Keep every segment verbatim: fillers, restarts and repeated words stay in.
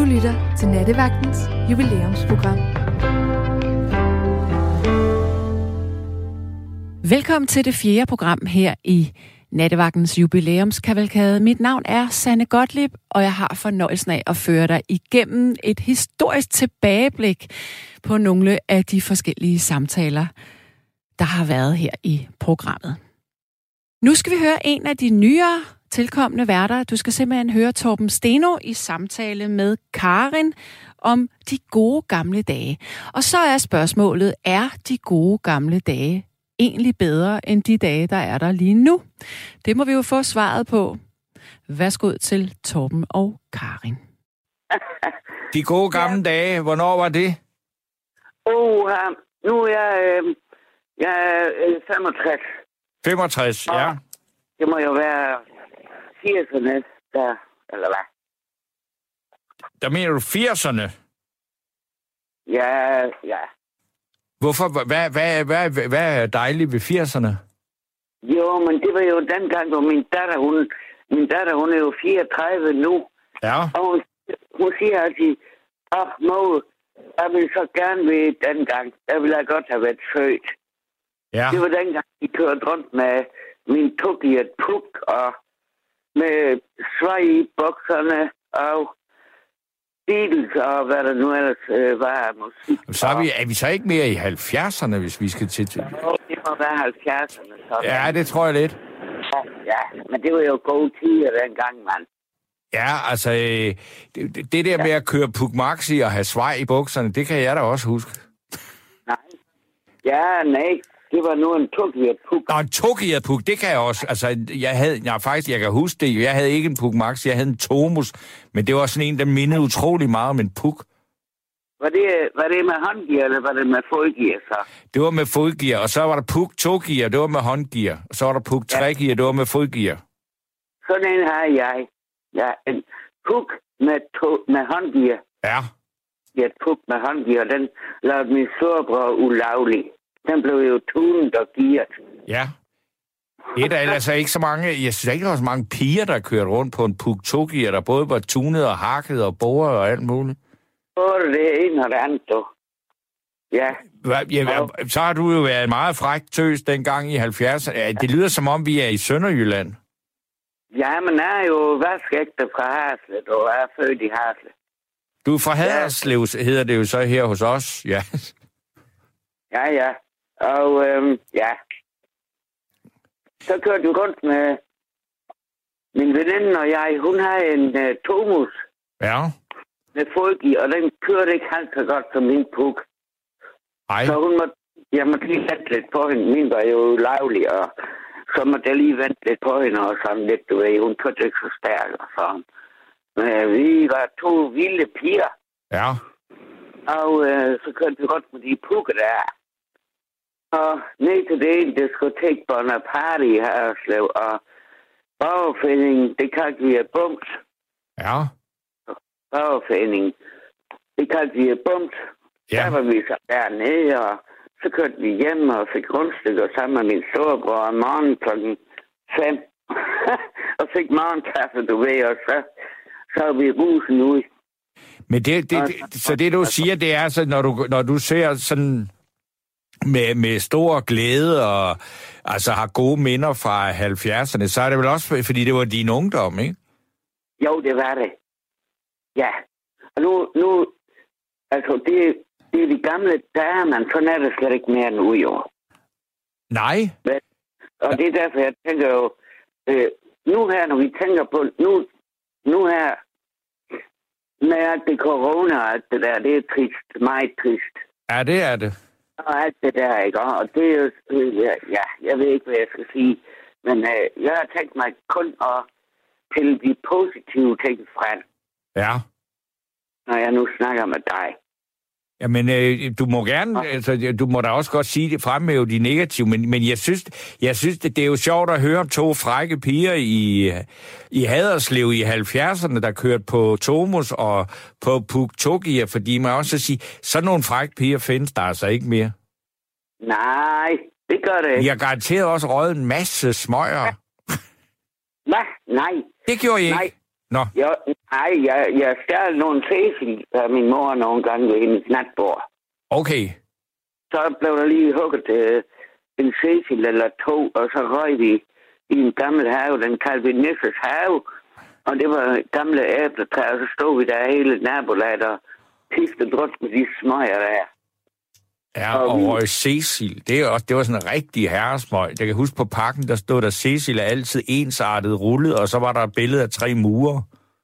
lytter til Nattevagtens jubilæumsprogram. Velkommen til det fjerde program her i Nattevagtens jubilæumskavalkade. Mit navn er Sanne Gottlieb, og jeg har fornøjelsen af at føre dig igennem et historisk tilbageblik på nogle af de forskellige samtaler, der har været her i programmet. Nu skal vi høre en af de nyere tilkommende værter. Du skal simpelthen høre Torben Steno i samtale med Karin om de gode gamle dage. Og så er spørgsmålet, er de gode gamle dage egentlig bedre end de dage, der er der lige nu? Det må vi jo få svaret på. Værsgo til Torben og Karin. De gode gamle ja. dage, hvornår var det? Oh, uh, nu er jeg, øh, jeg er femogtres. femogtres, ja. Og det må jo være firserne, der, eller hvad? Der mener du firserne? Ja, ja. Hvorfor? Hvad, hvad, hvad, hvad er dejligt ved firserne? Jo, men det var jo dengang, hvor min datter, hun, min datter, hun er jo fireogtredive nu. Ja. Og hun, hun siger altid, åh, oh, mor, jeg vil så gerne ved dengang. Der ville jeg godt have været født. Ja. Det var dengang, de kørte rundt med min Tokyo Puk og med svej i bukserne og Beatles og hvad der nu ellers øh, var musik. Så er vi, er vi så ikke mere i halvfjerdserne, hvis vi skal til... til... Jo, det må være halvfjerdserne. Så ja, det tror jeg lidt. Ja, ja, men det var jo gode tider dengang, mand. Ja, altså, øh, det, det der ja. med at køre Puk Maxi og have svej i bukserne, det kan jeg da også huske. Nej. Ja, nej. Det var nu en Tokyo Puk. Nå, en Tokyo Puk, det kan jeg også. Altså, jeg havde, jeg faktisk, jeg kan huske det. Jeg havde ikke en Puk Maxi, jeg havde en Tomus. Men det var sådan en, der mindede utrolig meget om en Puk. Var det, var det med håndgear, eller var det med fodgear, så? Det var med fodgear, og så var der Puk to-gear, det var med håndgear. Og så var der Puk tre-gear, det var med fodgear. Sådan en har jeg. Ja, en Puk med, to, med håndgear. Ja. Ja, et Puk med håndgear, den lavede min storebror ulovlig. Den blev jo tunet og gearet. Ja. Det er altså ikke så mange... Jeg synes ikke, der var så mange piger, der kørte rundt på en Puk to-gear, der både var tunet og hakket og boret og alt muligt. Både det ene og det andet, du. Ja. ja. Så har du jo været meget fræk tøs dengang i halvfjerdserne. Det lyder som om, vi er i Sønderjylland. Ja, men jeg er jo vaskægte fra Harslet, og jeg er født i Harslet. Du er fra Haderslev, ja. Hedder det jo så her hos os, ja. Ja, ja. Og øhm, ja. Så kørte du rundt med min veninde og jeg. Hun har en uh, Tomus. Ja. Med fodgear, og den kørte ikke halvt så godt som min Puk. Ej. Så hun måtte, jeg måtte lige vente lidt på hende. Min var jo lavlig, og så måtte jeg lige vente lidt på hende, og sådan lidt, du ved. Hun kørte ikke så stærk, og sådan. Men vi var to vilde piger. Ja. Og øh, så kørte vi rundt med de Pukker der. Og ned til det ene diskotek på en party i Haderslev, og Borgerforeningen, det kaldte vi et bums. Ja. Borgerforeningen, det kaldte vi et bums. Ja. Der var vi så dernede, og så kørte vi hjem og fik rundstykker sammen med min storebror om morgenen klokken fem. Og fik morgenkaffe, du ved, og så, så var vi rusen ud. Men det, det, det, så det du siger, det er altså, når du, når du ser sådan med, med stor glæde og altså har gode minder fra halvfjerdserne, så er det vel også, fordi det var din ungdom, ikke? Jo, det var det. Ja. Og nu, nu altså, det, det er de gamle dager, man sådan er det slet ikke mere nu, jo. Nej. Men, og det er derfor, jeg tænker jo, øh, nu her, når vi tænker på, nu, nu her, med alt det corona og alt det der, det er trist, meget trist. Ja, det er det. Og alt det der, ikke? Og det er jo, ja, jeg ved ikke, hvad jeg skal sige, men øh, jeg har tænkt mig kun at pille de positive ting frem. Ja. Når jeg nu snakker med dig. Jamen, øh, du må gerne, altså, du må da også godt sige det, fremhæve de negative, men, men jeg synes, jeg synes det, det er jo sjovt at høre om to frække piger i, i Haderslev i halvfjerdserne, der kørte på Tomus og på Puk to-gear, fordi man også sige, sådan nogle frække piger findes der altså ikke mere. Nej, det gør det ikke. Jeg har garanteret også røget en masse smøger. Hvad? Nej. Det gjorde I ikke? Nej. Nå. Jeg, nej, jeg, jeg stjal nogle Cecil af min mor nogle gange ved hendes natbord. Okay. Så blev der lige hugget øh, en Cecil eller to, og så røg vi i en gammel have, den kaldte vi Nisses have. Og det var gamle æbletræer, og så stod vi der hele nabolaget og piftede rundt med de smøger der. Ja, og, og røg Cecil. Det, er også, det var sådan en rigtig herresmøg. Jeg kan huske på pakken, der stod der, Cecil er altid ensartet rullet, og så var der et billede af tre murer.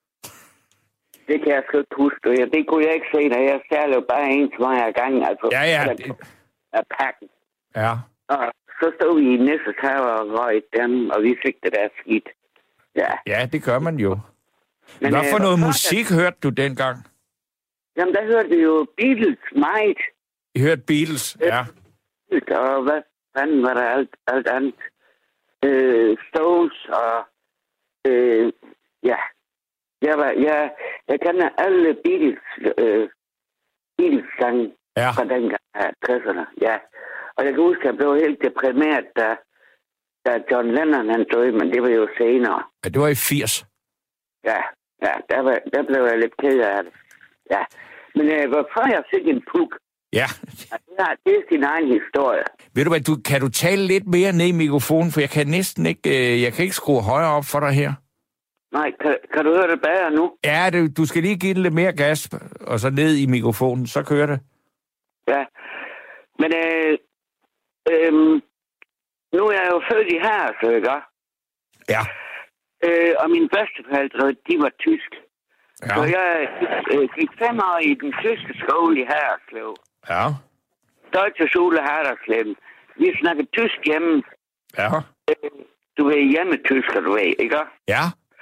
Det kan jeg sgu ikke huske. Det kunne jeg ikke se, da jeg stjal jo bare en smøg ad gangen. Altså, ja, ja. Af pakken. Ja. Og så stod vi i Nisses have og røg dem, og vi fik det der skidt. Ja. Ja, det gør man jo. Men, Hvad for øh, noget musik der... hørte du dengang? Jamen, der hørte vi jo Beatles meget. I hørte Beatles, ja. Og hvad fanden var der alt, alt andet? Øh, Stones og... Øh, ja. Jeg, var, jeg, jeg kender alle Beatles, øh, Beatles-sange ja. fra dengang af tresserne, ja. Og jeg kan huske, at jeg blev helt deprimeret, da, da John Lennon han døde, men det var jo senere. Ja, det var i firs. Ja, ja, der, var, der blev jeg lidt ked af det. Ja, men øh, hvorfor jeg fik en puk? Ja. Ja, det er sin egen historie. Ved du hvad, du, kan du tale lidt mere ned i mikrofonen, for jeg kan næsten ikke, øh, jeg kan ikke skrue højere op for dig her. Nej, kan, kan du høre det bedre nu? Ja, det, du skal lige give den lidt mere gas, og så ned i mikrofonen, så kører det. Ja, men øh, øh, nu er jeg jo født i Haderslev, ikke? Ja. Øh, og mine bedsteforældre, de var tysk. Ja. Så jeg øh, gik fem år i den tyske skole i Haderslev. Ja. Deutsche Schule Haderslev. Vi snakkede tysk hjemme. Ja. Øh, du er hjemmetysker, du ved, ikke? Ja.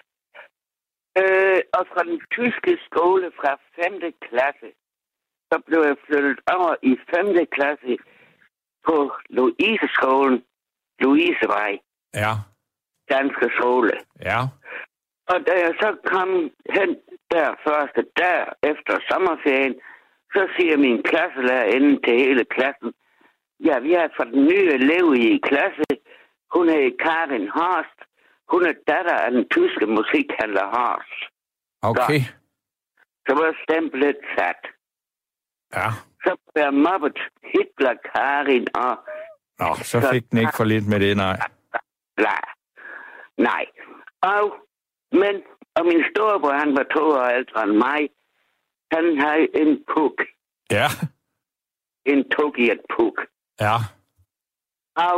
Øh, og fra den tyske skole fra femte klasse, så blev jeg flyttet over i femte klasse på Louiseskolen, Louisevej. Ja. Danske skole. Ja. Og da jeg så kom hen der første dag efter sommerferien, så siger min klasselærerinde til hele klassen, ja, vi har fået den nye elev i klasse. Hun er Karin Horst. Hun er datter af den tyske musikhandler Horst. Okay. Så, så var stemplet sat. Ja. Så blev jeg mobbet Hitler, Karin og... Nå, så fik den ikke for lidt med det, nej. Nej. Nej. Og, men, og min storebror, han var to år ældre end mig. Han havde en puk. Ja. En togiet puk. Ja. Og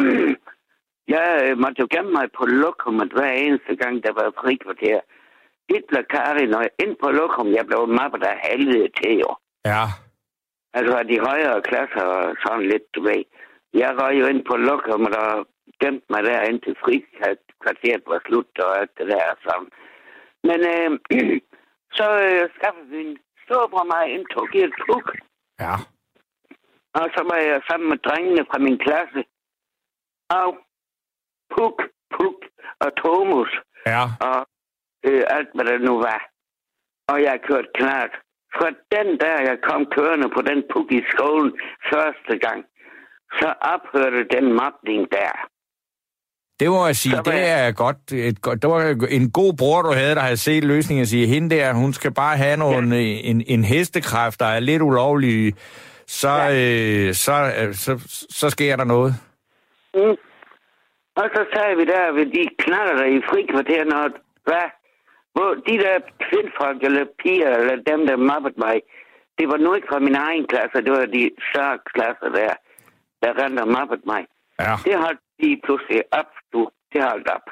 jeg måtte jo gemme mig på lokummet hver eneste gang, der var frikvarter. Hitler, Karin, og ind på lokum, jeg blev mappet af helvede til, jo. Ja. Altså, de højere klasser og sådan lidt, du ved. Jeg røg jo ind på lokummet og gemte mig der ind til frikvarteret var slut og alt det der sammen. Men øh, så øh, skaffede min storebror mig en togiet puk. Ja. Og så var jeg sammen med drengene fra min klasse. Og Puk, Puk og Thomas. Ja. Og øh, alt, hvad der nu var. Og jeg kørte klart. Fra den der, jeg kom kørende på den Puk i skolen første gang, så ophørte den mobning der. Det må jeg sige, det er godt, et godt. Det var en god bror, du havde, der havde set løsningen og sige, hende der, hun skal bare have nogle, ja. en, en hestekræft, der er lidt ulovlig, så, ja. øh, så, øh, så, så sker der noget. Mm. Og så sagde vi der ved de knaller der i frikvarteren, og hvad? Hvor de der kvindfolk eller piger, eller dem, der mobbede mig, det var nu ikke fra min egen klasse, det var de større klasser der, der rendte og mobbede mig. Ja. Det holdt lige pludselig op, du. Det holdt op.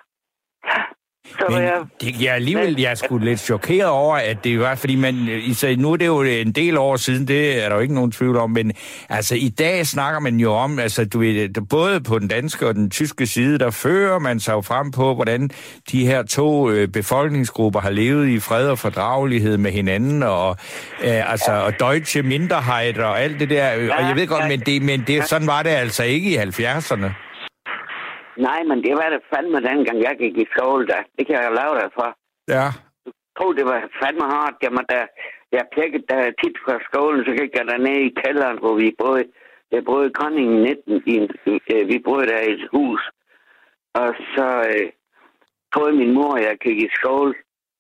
Så Men jeg... det, jeg alligevel, jeg er sgu lidt chokeret over, at det var, fordi man, så nu er det jo en del år siden, det er der jo ikke nogen tvivl om, men altså i dag snakker man jo om, altså du ved, både på den danske og den tyske side, der fører man sig jo frem på, hvordan de her to øh, befolkningsgrupper har levet i fred og fordragelighed med hinanden, og øh, altså, og deutsche Minderheit og alt det der, og jeg ved godt, men, det, men det, sådan var det altså ikke i halvfjerdserne. Nej, men det var det fandme dengang, jeg gik i skole der. Det kan jeg jo lave dig for. Ja. Jeg troede, det var fandme hårdt. Jeg, måtte, jeg pjekkede der tit fra skolen, så gik jeg dernede i kælderen, hvor vi boede. Jeg boede i Grønningen nitten. I en, vi boede der i et hus. Og så øh, troede min mor, jeg gik i skole.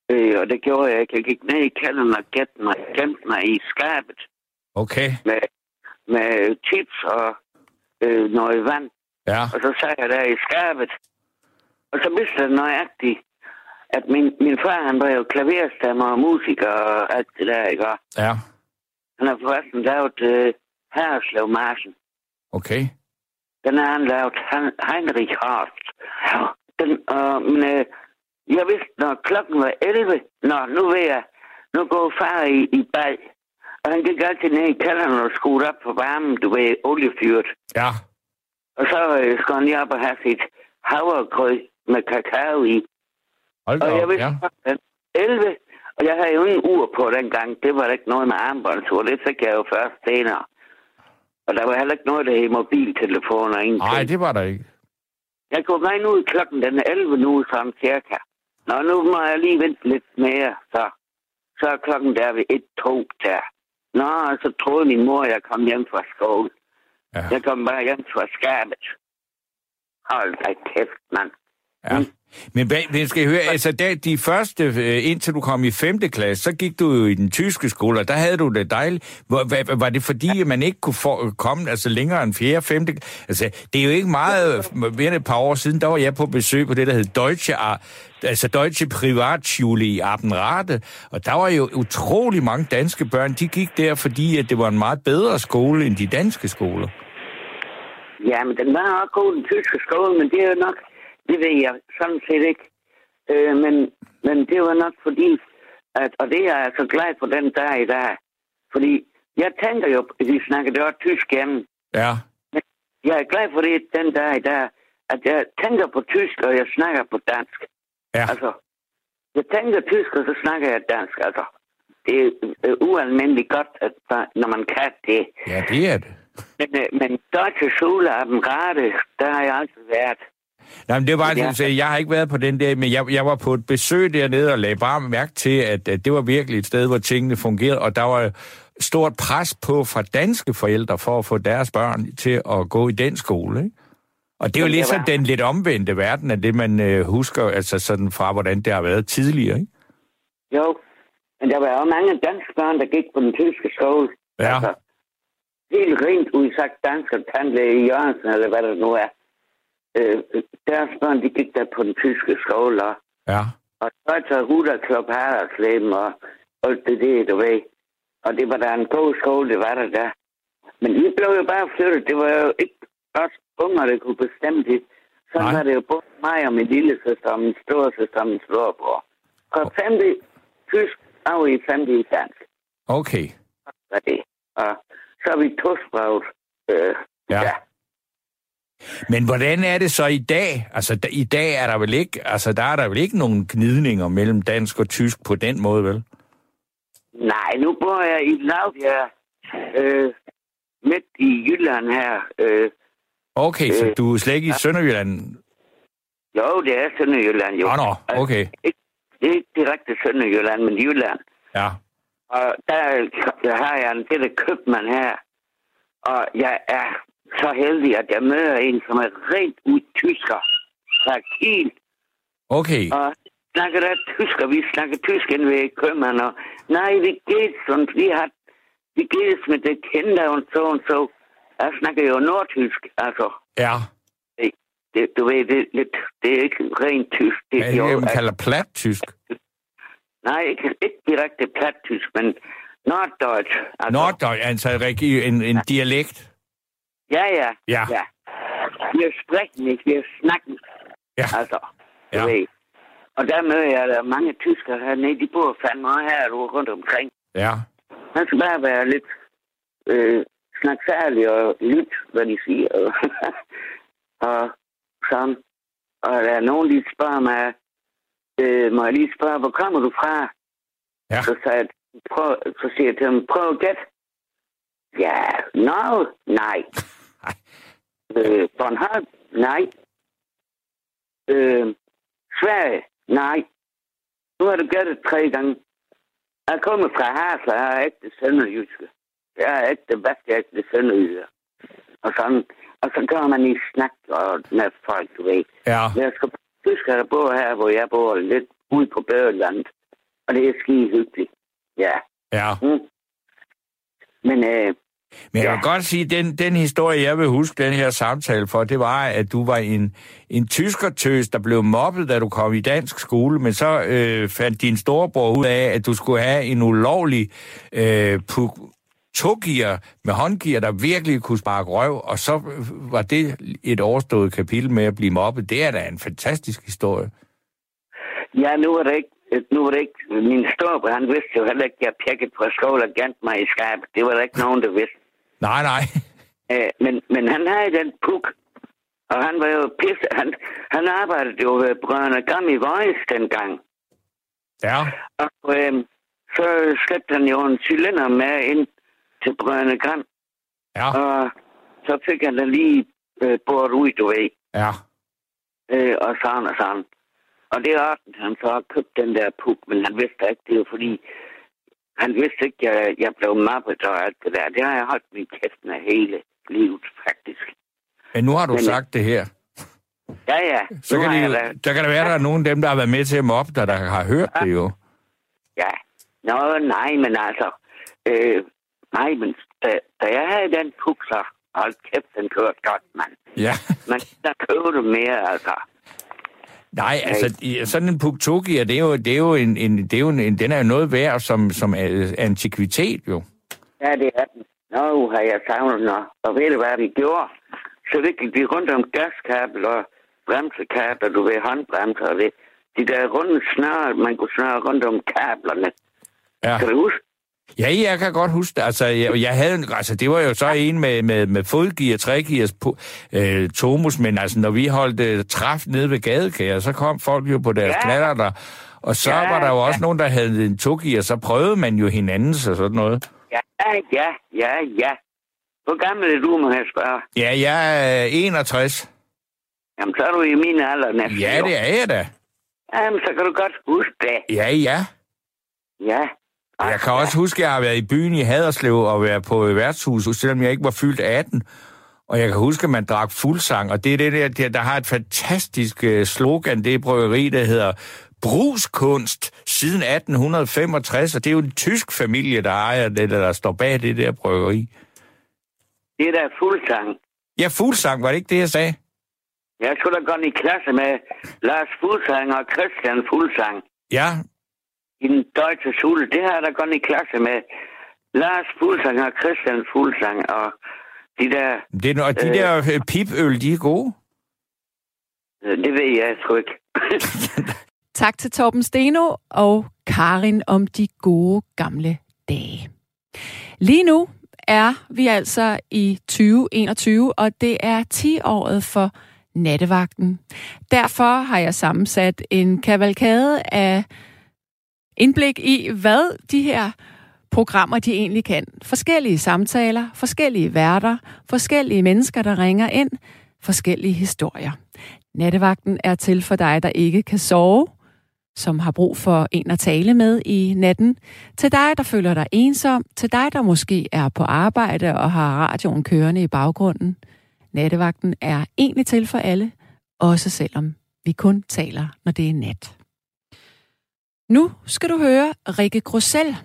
Øh, og det gjorde jeg ikke. Jeg gik ned i kælderen og gemte mig, gemte mig i skabet. Okay. Med, med chips og øh, noget vand. Ja. Og så sad jeg der i skabet. Og så vidste jeg nøjagtigt, at min, min far, han var jo klaverstemmer og musiker og alt det der, ikke? Ja. Han har forresten lavet øh, Herreslev-marchen. Okay. Den har han lavet Heinrich Horst. Den, øh, men øh, jeg vidste, når klokken var elleve, nå, nu vil jeg, nu går far i, i bag. Og han gik altid ned i kælderen og skruede op på varmen, du ved, oliefyret. Ja. Og så øh, skulle han lige op og have sit havregrød med kakao i. Hold da og jeg op, vidste, ja. elleve, og jeg havde jo ingen ur på dengang. Det var der ikke noget med armbåndsur. Det fik jeg jo først senere. Og der var heller ikke noget, der hed mobiltelefoner og ingenting. Nej, det var der ikke. Jeg kunne regne ud klokken den elleve nu, sådan cirka. Nå, nu må jeg lige vente lidt mere, så, så er klokken der ved et to der. Nå, og så troede min mor, jeg kom hjem fra skole. Ja. Jeg kom bare hjem fra skabet. Hold da kæft, mand. Ja. Mm. Men hvad skal jeg høre? Altså, da de første, indtil du kom i femte klasse, så gik du jo i den tyske skole, og der havde du det dejligt. Var, var det fordi, at man ikke kunne for, komme altså, længere end fjerde, femte? Altså, det er jo ikke meget, mere end et par år siden, der var jeg på besøg på det, der hed Deutsche, altså Deutsche Privatschule i Apenrade, og der var jo utrolig mange danske børn, de gik der, fordi at det var en meget bedre skole end de danske skoler. Ja, men den var også god, den tyske skole, men det er jo nok, det ved jeg sådan set ikke. Øh, men, men det var nok fordi, at, og det er jeg så glad for den dag i dag. Fordi jeg tænker jo, at vi snakker det også tysk hjemme. Ja. Men jeg er glad for det den dag i dag, at jeg tænker på tysk, og jeg snakker på dansk. Ja. Altså, jeg tænker tysk, og så snakker jeg dansk. Altså, det er uh, ualmindeligt godt, at, når man kan det. Ja, det er det. Men, uh, men Deutsche Schule Apenrade, der har jeg altid været. Nej, men det var altså, ja. Jeg har ikke været på den der, men jeg, jeg var på et besøg dernede og lagde bare mærke til, at, at det var virkelig et sted, hvor tingene fungerede, og der var stort pres på fra danske forældre for at få deres børn til at gå i den skole, ikke? Og det er jo lidt sådan den lidt omvendte verden af det, man øh, husker, altså sådan fra, hvordan det har været tidligere, ikke? Jo, men der var jo mange danske børn, der gik på den tyske skole. Ja. Altså, helt rent udsagt dansk og tandlæge i Jørgensen, eller hvad det nu er. Øh, deres børn, de gik der på den tyske skole, og, ja. og så tager Huda Klub Herreslev, og alt det der, du ved. Og det var der en god skole, det var der der. Men vi blev jo bare flyttet. Det var jo ikke også unger, der kunne bestemme det. Så var det jo både mig og min lille søster, og min store søster og min storebror. Fra femte tysk, og i femte i dansk. Okay. Så det. Og så er vi tosproget. Øh, ja. ja. Men hvordan er det så i dag? Altså, da, i dag er der vel ikke, altså, der er der vel ikke nogen gnidninger mellem dansk og tysk på den måde, vel? Nej, nu bor jeg i Laudbjerg, øh, midt i Jylland her. Øh, okay, så øh, du er slet ikke i ja. Sønderjylland? Jo, det er Sønderjylland, jo. Nå, nå, okay. Altså, ikke, det er ikke direkte Sønderjylland, men Jylland. Ja. Og der, der har jeg en lille købmand her, og jeg er så heldig, at jeg møder en, som er rent ud tysker fra Kiel. Okay. Og snakker der tysker, vi snakker tysk end ved købmand, og nej, vi geht sådan, vi har, vi geht med det kinder og så og så. Jeg snakker jo nordtysk, altså. Ja. Det, det, du ved, det, det, det er ikke rent tysk. Det er det, man kalder plat-tysk? Nej, ikke, ikke direkte plat-tysk, men norddeutsch. Altså. Norddeutsch, altså en, en ja. dialekt? Ja, ja. Ja. ja. Vi sprechen ikke, vi snakken. Ja. Altså, du ja. ved. Og der møder jeg, der er mange tyskere hernede, de bor fandme her rundt omkring. Ja. Man skal bare være lidt øh, snaksærlig og lyt, hvad de siger. og sådan. Og der er nogen, de spørger mig, øh, må jeg lige spørge, hvor kommer du fra? Ja. Så, jeg, prøv, så siger jeg til dem, prøv at gætte. Ja, no, nej. øh, Bornholm, nej. Øh, Sverige, nej. Nu har du gættet tre gange. Jeg kommer fra Harsler, jeg er ikke det sønderjyske. Jeg er ikke det bedste, jeg er ikke det sønderjyske. Og sådan. Og så går man i snak og med folk, du ved. Ja. Jeg skal tyskere, der bor her, hvor jeg bor lidt ude på Bøgeland. Og det er skide hyggeligt. Ja. Ja. Mm. Men, øh, Men jeg ja. vil godt sige, at den, den historie, jeg vil huske den her samtale for, det var, at du var en, en tyskertøs, der blev mobbet, da du kom i dansk skole, men så øh, fandt din storebror ud af, at du skulle have en ulovlig øh, toggear med håndgear, der virkelig kunne sparke røv, og så var det et overstået kapitel med at blive mobbet. Det er da en fantastisk historie. Ja, nu var det ikke, nu var det ikke min storebror, han vidste jo heller ikke, at jeg pjekkede på skole og gemt mig i skabet. Det var der ikke nogen, der vidste. Nej, nej. Æ, men, men han havde den puk, og han var jo pisse. Han, han arbejdede jo ved Brødrene Gram i Vojens dengang. Ja. Og øh, så slæbte han jo en cylinder med ind til Brødrene Gram. Ja. Og så fik han da lige øh, bort ud, du ved. Ja. Øh, og sådan og sådan. Og det er også, han så har købt den der puk, men han vidste ikke, det var fordi, han vidste ikke, at jeg, jeg blev mappet og alt det der. Det har jeg holdt min kæft med hele livet, faktisk. Men nu har du men, sagt det her. Ja, ja. Så kan, de, der, der kan der være, der er nogen af dem, der har været med til at mobbe dig, der har hørt ja. det jo. Ja. Nå, nej, men altså, øh, nej, men da, da jeg havde den puk, så hold kæft, den kørte godt, mand. Ja. Man der køber det mere, altså. Nej, altså, sådan en puk-togia, det er jo, det er jo en, en, det er jo en, den er jo noget værd som, som antikvitet, jo. Ja, det er den. Nå, har jeg savnet den, og ved du, hvad vi gjorde? Så viklede vi rundt om gaskabel og bremsekabler, du ved, håndbremser og det. De der runde snøre, man kunne snøre rundt om kablerne. Ja. Kan du huske? Ja, jeg kan godt huske det. Altså, jeg, jeg havde, altså, det var jo så en med, med, med fodgear, tregears øh, Tomus, men altså, når vi holdt øh, træf nede ved gadekære, så kom folk jo på deres ja. knatter der, og så ja, var der jo ja. også nogen, der havde en togear, så prøvede man jo hinandens og sådan noget. Ja, ja, ja, ja. Hvor gammel er du, må jeg spørge? Ja, jeg er enogtres. Jamen, så er du i min alder næsten. Ja, det er jeg da. Jamen, så kan du godt huske det. Ja, ja. Ja. Jeg kan også huske, at jeg har været i byen i Haderslev og været på værtshus, selvom jeg ikke var fyldt atten. Og jeg kan huske, at man drak fuldsang, og det er det der, der, der har et fantastisk slogan, det er bryggeri, der hedder Brugskunst siden atten femogtres, og det er jo en tysk familie, der ejer det, der står bag det der bryggeri. Det er der fuldsang. Ja, fuldsang, var det ikke det, jeg sagde? Jeg skulle da gå i klasse med Lars Fuldsang og Christian Fuldsang. Ja. I den deutsche Schule, det har jeg da gået i klasse med Lars Fuldsang og Christian Fuldsang og de der... Det, og de øh, der pipøl, de er gode? Det ved jeg sgu ikke. Tak til Torben Steno og Karin om de gode gamle dage. Lige nu er vi altså i tyve enogtyve, og det er ti-året for nattevagten. Derfor har jeg sammensat en kavalkade af indblik i, hvad de her programmer, de egentlig kan. Forskellige samtaler, forskellige værter, forskellige mennesker, der ringer ind, forskellige historier. Nattevagten er til for dig, der ikke kan sove, som har brug for en at tale med i natten. Til dig, der føler dig ensom. Til dig, der måske er på arbejde og har radioen kørende i baggrunden. Nattevagten er egentlig til for alle, også selvom vi kun taler, når det er nat. Nu skal du høre Rikke Grussel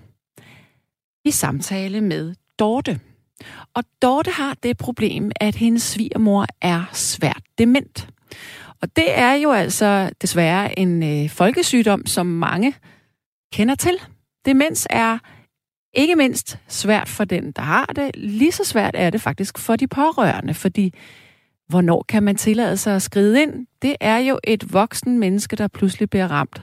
i samtale med Dorte. Og Dorte har det problem, at hendes svigermor er svært dement. Og det er jo altså desværre en øh, folkesygdom, som mange kender til. Demens er ikke mindst svært for den, der har det. Lige så svært er det faktisk for de pårørende, fordi hvornår kan man tillade sig at skride ind? Det er jo et voksen menneske, der pludselig bliver ramt.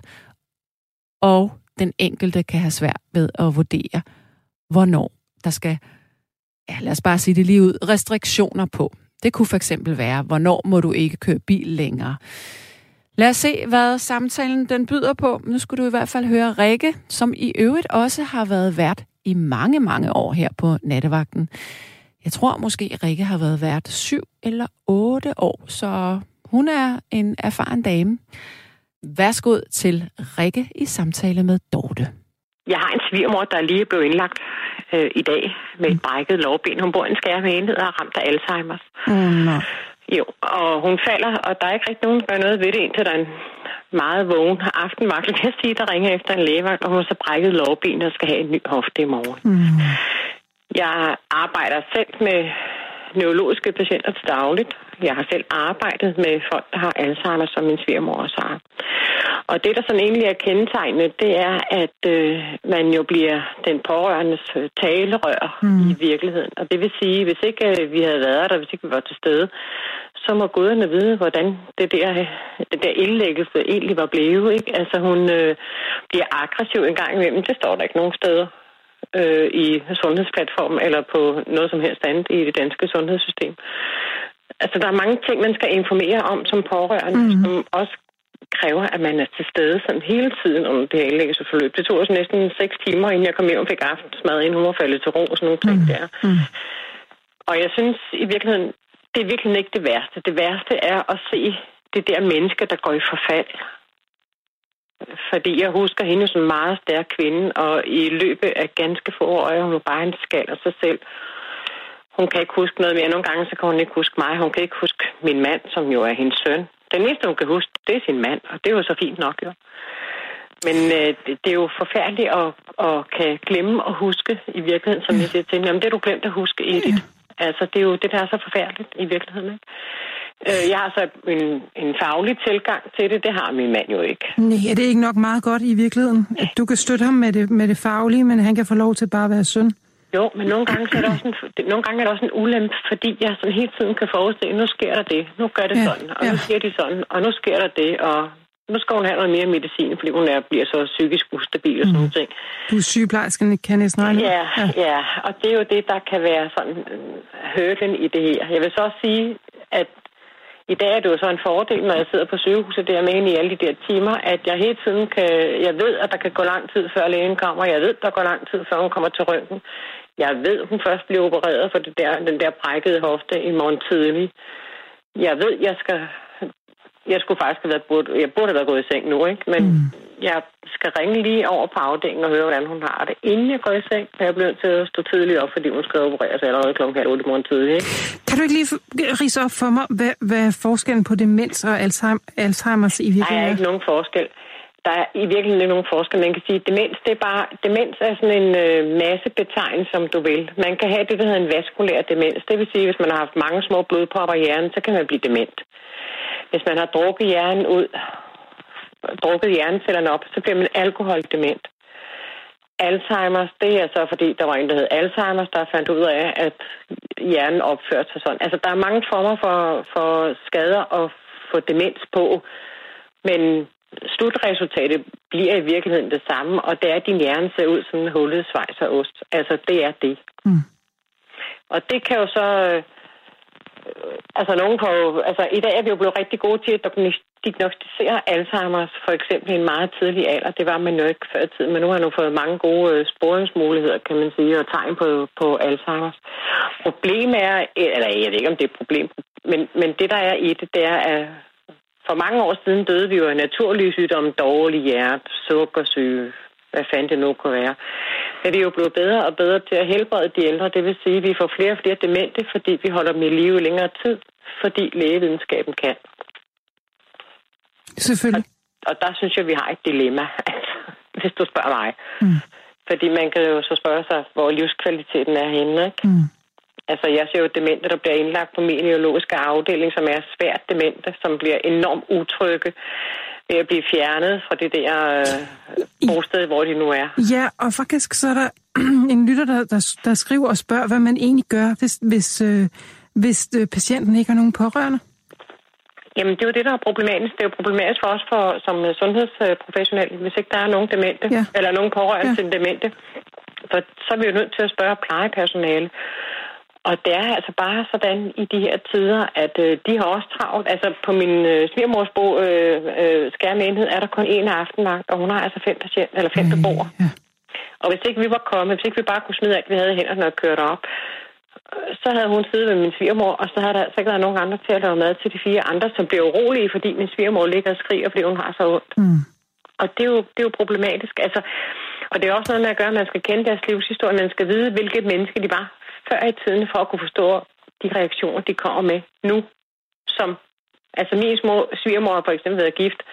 Og den enkelte kan have svært ved at vurdere, hvornår der skal, ja, lad os bare sige det lige ud, restriktioner på. Det kunne for eksempel være, hvornår må du ikke køre bil længere. Lad os se, hvad samtalen den byder på. Nu skulle du i hvert fald høre Rikke, som i øvrigt også har været vært i mange, mange år her på nattevagten. Jeg tror måske, Rikke har været vært syv eller otte år, så hun er en erfaren dame. Værsgo til Rikke i samtale med Dorte. Jeg har en svigermor, der lige blev indlagt øh, i dag med et brækket lårben. Hun bor i en skærme enhed og er ramt af Alzheimer's. Mm, no. Jo, og hun falder, og der er ikke rigtig nogen, der gør noget ved det, indtil der er en meget vågen, har aftenvagt, kan jeg sige, der ringer efter en lægevagt, og hun har så brækket lårbenet og skal have en ny hofte i morgen. Mm. Jeg arbejder selv med neurologiske patienter til dagligt. Jeg har selv arbejdet med folk, der har Alzheimer, som min svigermor også har. Og det, der sådan egentlig er kendetegnende, det er, at øh, man jo bliver den pårørendes talerør mm. i virkeligheden. Og det vil sige, hvis ikke øh, vi havde været der, hvis ikke vi var til stede, så må guderne vide, hvordan det der, det der indlæggelse egentlig var blevet. Ikke? Altså hun øh, bliver aggressiv en gang imellem. Det står der ikke nogen steder øh, i sundhedsplatformen eller på noget som helst andet i det danske sundhedssystem. Altså der er mange ting, man skal informere om som pårørende, mm. som også kræver, at man er til stede sådan hele tiden under det her indlæggelsesforløb. Det tog også næsten seks timer, inden jeg kom hjem og fik aftensmad, inden hun var faldet til ro og sådan nogle ting mm. der. Mm. Og jeg synes i virkeligheden, det er virkelig ikke det værste. Det værste er at se det der menneske, der går i forfald. Fordi jeg husker hende som en meget stærk kvinde, og i løbet af ganske få år er hun bare en skal af sig selv. Hun kan ikke huske noget mere. Nogle gange så kan hun ikke huske mig. Hun kan ikke huske min mand, som jo er hendes søn. Den eneste, hun kan huske, det er sin mand, og det er jo så fint nok, jo. Men øh, det, det er jo forfærdeligt at, at kan glemme og huske i virkeligheden, som jeg siger til hende. Jamen, det er du glemt at huske, Edith. Altså, det er jo det, der er så forfærdeligt i virkeligheden, ikke? Øh, jeg har så en, en faglig tilgang til det. Det har min mand jo ikke. Nej, er det ikke nok meget godt i virkeligheden? At du kan støtte ham med det, med det faglige, men han kan få lov til bare at være søn? Jo, men nogle gange, så er det også en, nogle gange er det også en ulempe, fordi jeg sådan hele tiden kan forudse, nu sker der det, nu gør det ja, sådan, og ja. nu siger de sådan, og nu sker der det, og nu skal hun have noget mere medicin, fordi hun er, bliver så psykisk ustabil og sådan noget. ting. Du er sygeplejersken, kan jeg snart. Ja, ja, ja, og det er jo det, der kan være sådan hørten i det her. Jeg vil så også sige, at i dag er det jo så en fordel, når jeg sidder på sygehuset der med hende i alle de der timer, at jeg hele tiden kan, jeg ved, at der kan gå lang tid før lægen kommer, jeg ved, der går lang tid før hun kommer til røntgen. Jeg ved, hun først bliver opereret for det der, den der brækkede hofte i morgen tidlig. Jeg ved, jeg skal, jeg skulle faktisk have været, burde, jeg burde have været gået i seng nu, ikke? Men mm. jeg skal ringe lige over på afdelingen og høre, hvordan hun har det, inden jeg går i seng. Jeg bliver nødt til at stå tidligt op, fordi hun skal opereres allerede klokken halv otte i morgen tidlig, ikke? Kan du ikke lige ridse op for mig, hvad, hvad er forskellen på demens og Alzheimer's i virkeligheden? Der er ikke nogen forskel. Der er i virkeligheden ikke nogen forskel. Man kan sige, at demens, det er bare, demens er sådan en øh, massebetegnelse, som du vil. Man kan have det, der hedder en vaskulær demens. Det vil sige, at hvis man har haft mange små blodpropper i hjernen, så kan man blive dement. Hvis man har drukket hjernen ud, drukket hjernecellerne op, så bliver man alkoholdement. Alzheimer's, det er så fordi, der var en, der hed Alzheimer's, der fandt ud af, at hjernen opførte sig sådan. Altså, der er mange former for, for skader at få demens på, men slutresultatet bliver i virkeligheden det samme, og det er, at din hjerne ser ud som en hullet schweizerost. Altså, det er det. Mm. Og det kan jo så... Øh, altså, nogen kan jo, altså, i dag er vi jo blevet rigtig gode til at diagnostisere Alzheimer's, for eksempel i en meget tidlig alder. Det var man jo ikke før i tiden, men nu har man jo fået mange gode øh, sporingsmuligheder, kan man sige, og tegn på, på Alzheimer's. Problemet er, eller jeg ved ikke, om det er et problem, men, men det, der er i det, det er, at for mange år siden døde vi jo af naturlige sygdomme, dårlig hjerte, sukkersyge, hvad fanden det nu kunne være. Men vi er jo blevet bedre og bedre til at helbrede de ældre. Det vil sige, at vi får flere og flere demente, fordi vi holder dem i live i længere tid, fordi lægevidenskaben kan. Selvfølgelig. Og, og der synes jeg, vi har et dilemma, altså, hvis du spørger mig. Mm. Fordi man kan jo så spørge sig, hvor livskvaliteten er henne, ikke? Mm. Altså, jeg ser jo demente, der bliver indlagt på min neurologiske afdeling, som er svært demente, som bliver enormt utrygge ved at blive fjernet fra det der øh, bosted, hvor de nu er. Ja, og faktisk så er der en lytter, der, der, der skriver og spørger, hvad man egentlig gør, hvis, hvis, øh, hvis øh, patienten ikke har nogen pårørende. Jamen, det er jo det, der er problematisk. Det er jo problematisk for os for, som sundhedsprofessionelle, hvis ikke der er nogen demente, ja. eller nogen pårørende ja. til demente. For så er vi jo nødt til at spørge plejepersonale. Og det er altså bare sådan i de her tider, at øh, de har også travlt. Altså på min øh, svigermors bo, øh, øh, skærmenhed er der kun en aftenvagt, og hun har altså fem patienter, eller fem beboere. Ja. Og hvis ikke vi var kommet, hvis ikke vi bare kunne smide alt, vi havde i hænderne og køre op, så havde hun siddet med min svigermor, og så havde der altså ikke været nogen andre til at lave mad til de fire andre, som blev urolige, fordi min svigermor ligger og skriger, fordi hun har så ondt. Mm. Og det er, jo, det er jo problematisk. Altså, og det er også noget med at gøre, at man skal kende deres livshistorie, man skal vide, hvilket menneske de var før i tiden, for at kunne forstå de reaktioner, de kommer med nu. Som, altså min små svigermor har for eksempel været gift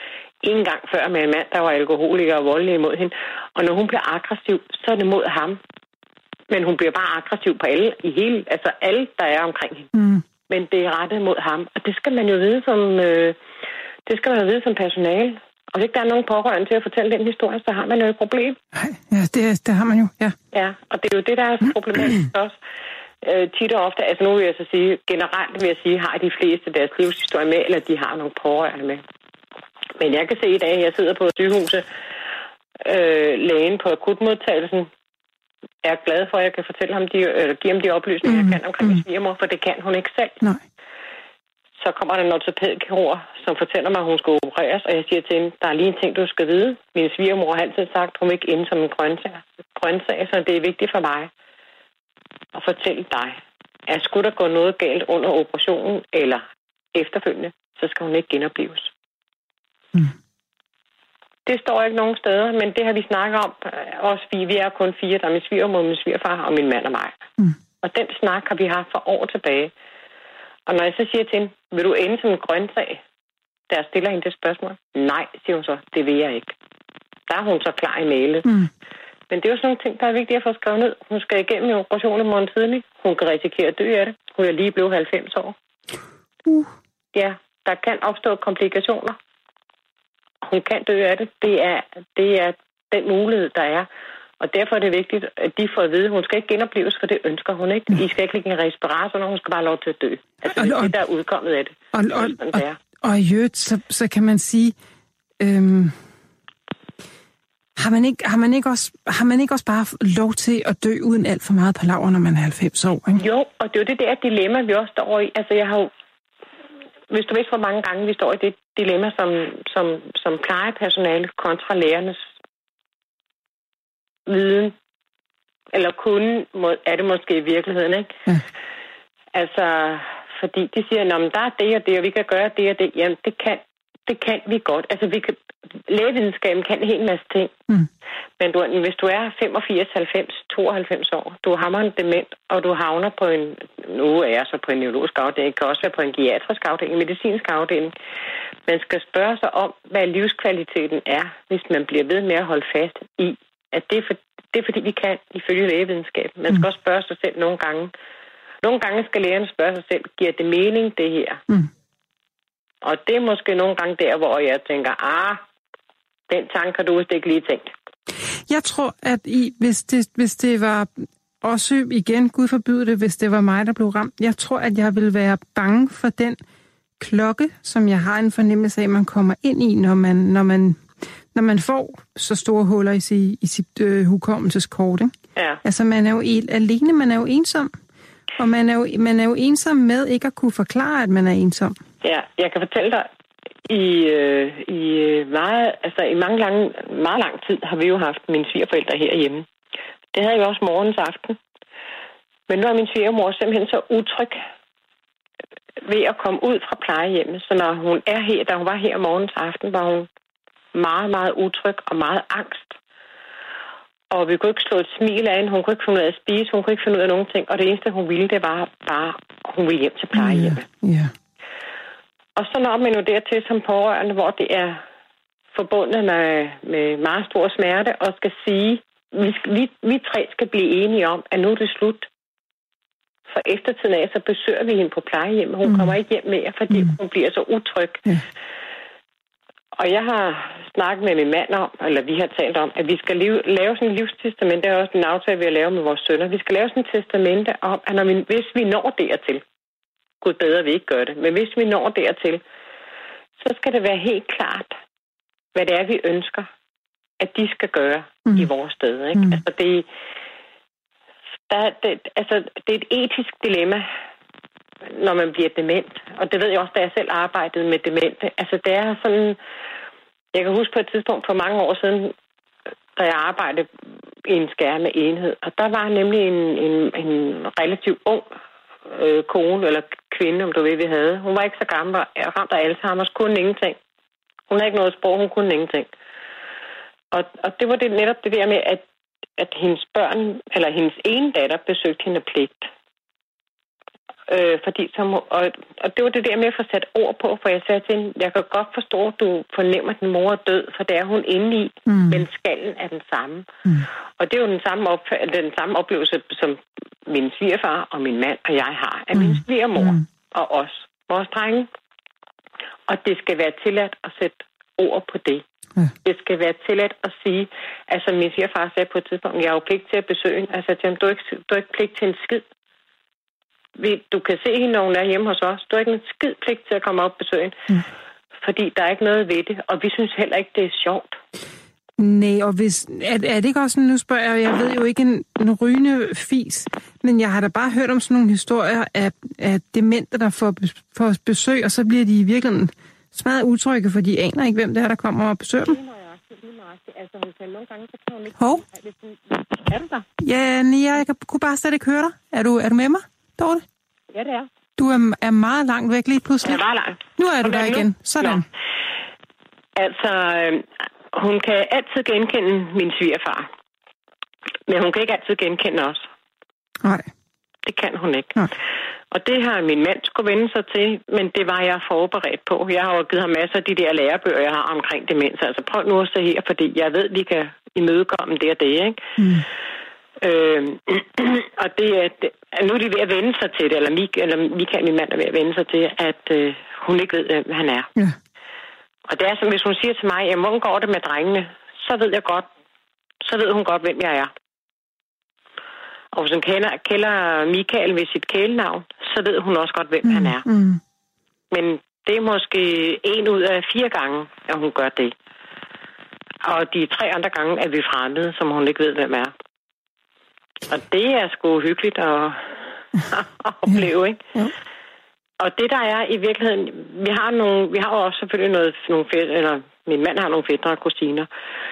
en gang før med en mand, der var alkoholiker og voldelig imod hende. Og når hun bliver aggressiv, så er det mod ham. Men hun bliver bare aggressiv på alle, i hele, altså alle, der er omkring hende. Mm. Men det er rettet mod ham. Og det skal man jo vide som, øh, det skal man jo vide som personale. Og hvis ikke der er nogen pårørende til at fortælle den historie, så har man jo et problem. Ja, det, det har man jo, ja. Ja, og det er jo det, der er problematisk også. Øh, tit og ofte, altså nu vil jeg så sige, generelt vil jeg sige, har de fleste deres livshistorie med, eller de har nogle pårørende med. Men jeg kan se i dag, at jeg sidder på sygehuset, øh, lægen på akutmodtagelsen, er glad for, at jeg kan fortælle ham de, eller give ham de oplysninger, mm. jeg kan omkring mm. min svigermor, for det kan hun ikke selv. Nej. Så kommer der en ortopædkirurg, som fortæller mig, at hun skal opereres, og jeg siger til hende, der er lige en ting, du skal vide. Min svigermor har altid sagt, hun er ikke inde som en grøntsag, grøntsag, så det er vigtigt for mig at fortælle dig, at skulle der gå noget galt under operationen, eller efterfølgende, så skal hun ikke genopleves. Mm. Det står ikke nogen steder, men det har vi snakket om. Også vi, vi er kun fire, der er min svigermor, min svigerfar og min mand og mig. Mm. Og den snak har vi haft for år tilbage. Og når jeg så siger til hende, vil du ende som en grøntsag, der stiller hende det spørgsmål? Nej, siger hun så, det vil jeg ikke. Der er hun så klar i mailet. Mm. Men det er jo sådan nogle ting, der er vigtigt at få skrevet ned. Hun skal igennem en operation i morgen tidlig. Hun kan risikere at dø af det. Hun er lige blevet halvfems år. Uh. Ja, der kan opstå komplikationer. Hun kan dø af det. Det er, det er den mulighed, der er. Og derfor er det vigtigt, at de får at vide, at hun skal ikke genopleves, for det ønsker hun ikke. I skal ikke ligge en respirator, når hun skal bare lov til at dø. Altså, det er det, der er udkommet af det. Og, og, og, og, og i øvrigt, så, så kan man sige, øhm, har, man ikke, har, man ikke også, har man ikke også bare lov til at dø uden alt for meget palaver, når man er halvfems år? Ikke? Jo, og det er jo det der dilemma, vi også står i. Altså, jeg har jo, hvis du ved, hvor mange gange vi står i det dilemma som, som, som plejepersonale kontra lærernes viden, eller kun er det måske i virkeligheden, ikke? Ja. Altså, fordi de siger, nå, men der er det og det, og vi kan gøre det og det. Jamen, det kan, det kan vi godt. Altså, vi kan, lægevidenskaben kan en hel masse ting. Mm. Men du, hvis du er femogfirs, halvfems, tooghalvfems år, du hammer en dement, og du havner på en, nu er jeg så på en neurologisk afdeling, kan også være på en geriatrisk afdeling, en medicinsk afdeling. Man skal spørge sig om, hvad livskvaliteten er, hvis man bliver ved med at holde fast i, at det er, for, det er fordi, vi kan ifølge lægevidenskaben. Man skal mm. også spørge sig selv nogle gange. Nogle gange skal lægerne spørge sig selv, giver det mening, det her? Mm. Og det er måske nogle gange der, hvor jeg tænker, ah, den tanke har du vist ikke lige tænkt. Jeg tror, at I, hvis, det, hvis det var også igen, Gud forbyde det, hvis det var mig, der blev ramt, jeg tror, at jeg ville være bange for den klokke, som jeg har en fornemmelse af, man kommer ind i, når man, når man, når man får så store huller i, sig, i sit øh, hukommelseskort. Ikke? Ja. Altså, man er jo el, alene, man er jo ensom. Og man er, jo, man er jo ensom med ikke at kunne forklare, at man er ensom. Ja, jeg kan fortælle dig, i, øh, i, meget, altså, i mange lang, meget lang tid har vi jo haft mine svigerforældre herhjemme. Det havde jeg også morgens aften. Men nu er min svigermor simpelthen så utryg ved at komme ud fra plejehjemmet. Så når hun er her, da hun var her morgens aften, var hun meget, meget utryg og meget angst. Og vi kunne ikke slå et smil af hende, hun kunne ikke finde ud af at spise, hun kunne ikke finde ud af nogen ting. Og det eneste, hun ville, det var bare, hun ville hjem til plejehjemmet. Yeah. Yeah. Og så når man jo dertil som pårørende, hvor det er forbundet med, med meget stor smerte, og skal sige, vi, vi, vi tre skal blive enige om, at nu er det slut. For eftertiden af, så besøger vi hende på plejehjemmet. Hun mm. kommer ikke hjem mere, fordi mm. hun bliver så utryg. Yeah. Og jeg har snakket med min mand om, eller vi har talt om, at vi skal lave, lave sådan en livstestament. Det er også en aftale, vi har lavet med vores sønner. Vi skal lave sådan et testamente om, at når vi, hvis vi når dertil, gud bedre, at vi ikke gør det, men hvis vi når dertil, så skal det være helt klart, hvad det er, vi ønsker, at de skal gøre mm. i vores sted. Ikke? Mm. Altså, det, der, det, altså, det er et etisk dilemma, når man bliver dement. Og det ved jeg også, da jeg selv arbejdede med demente. Altså, det er sådan... Jeg kan huske på et tidspunkt for mange år siden, da jeg arbejdede i en skærmet enhed. Og der var nemlig en, en, en relativt ung øh, kone, eller kvinde, om du ved, vi havde. Hun var ikke så gammel, og ramt af Alzheimer's, kunne ingenting. Hun havde ikke noget sprog, hun kunne ingenting. Og, og det var det, netop det der med, at, at hendes børn, eller hendes ene datter, besøgte hende af pligt. Øh, fordi som, og, og det var det der med at få sat ord på, for jeg sagde til hende, jeg kan godt forstå, at du fornemmer, at din mor er død, for det er hun inde i, mm. men skallen er den samme. Mm. Og det er jo den samme, opf- den samme oplevelse, som min svigerfar og min mand og jeg har, af mm. min svigermor mm. og os, vores drenge. Og det skal være tilladt at sætte ord på det. Ja. Det skal være tilladt at sige, altså min svigerfar sagde på et tidspunkt, jeg har jo pligt til at besøge hende. Altså til ham, du er ikke, du er ikke pligt til en skid. Du kan se hende, når hun er hjemme hos os. Du har ikke en skid pligt til at komme op og besøge hende. Mm. Fordi der er ikke noget ved det, og vi synes heller ikke, det er sjovt. Nej, og hvis, er, er det ikke også sådan, nu spørger jeg, jeg ved jo ikke en, en rygende fis, men jeg har da bare hørt om sådan nogle historier af, af demente, der får, får besøg, og så bliver de i virkeligheden smadret utrygge, for de aner ikke, hvem det er, der kommer og besøger dem. Altså, hun kan nogle gange, så kan hun ikke... Hov? Er du der? Ja, Nia, jeg kunne bare slet ikke høre dig. Er du, er du med mig, Dorte? Ja, det er. Du er, er meget langt væk lige pludselig. Jeg er meget langt. Nu er du der igen. Nu? Sådan. Nå. Altså, øh, hun kan altid genkende min svigerfar. Men hun kan ikke altid genkende os. Nej. Det kan hun ikke. Nej. Og det har min mand skulle vende sig til, men det var jeg forberedt på. Jeg har jo givet ham masser af de der lærebøger, jeg har omkring demens. Altså prøv nu at se her, fordi jeg ved, vi kan imødekomme det og det, ikke? Mm. Øh, og det er, det, nu er de ved at vende sig til det, eller, Mik, eller Michael, min mand, er ved at vende sig til, at øh, hun ikke ved, hvem han er. Ja. Og det er som, hvis hun siger til mig, at hvordan går det med drengene, så ved jeg godt, så ved hun godt, hvem jeg er. Og hvis hun kender, kender Michael ved sit kælenavn, så ved hun også godt, hvem mm, han er. Mm. Men det er måske en ud af fire gange, at hun gør det. Og de tre andre gange er vi fremmede, som hun ikke ved, hvem er. Og det er sgu hyggeligt at, at opleve, ikke? Ja. Og det der er i virkeligheden, vi har nogle, vi har også selvfølgelig noget, nogle fædre, eller min mand har nogle fædre og kusiner.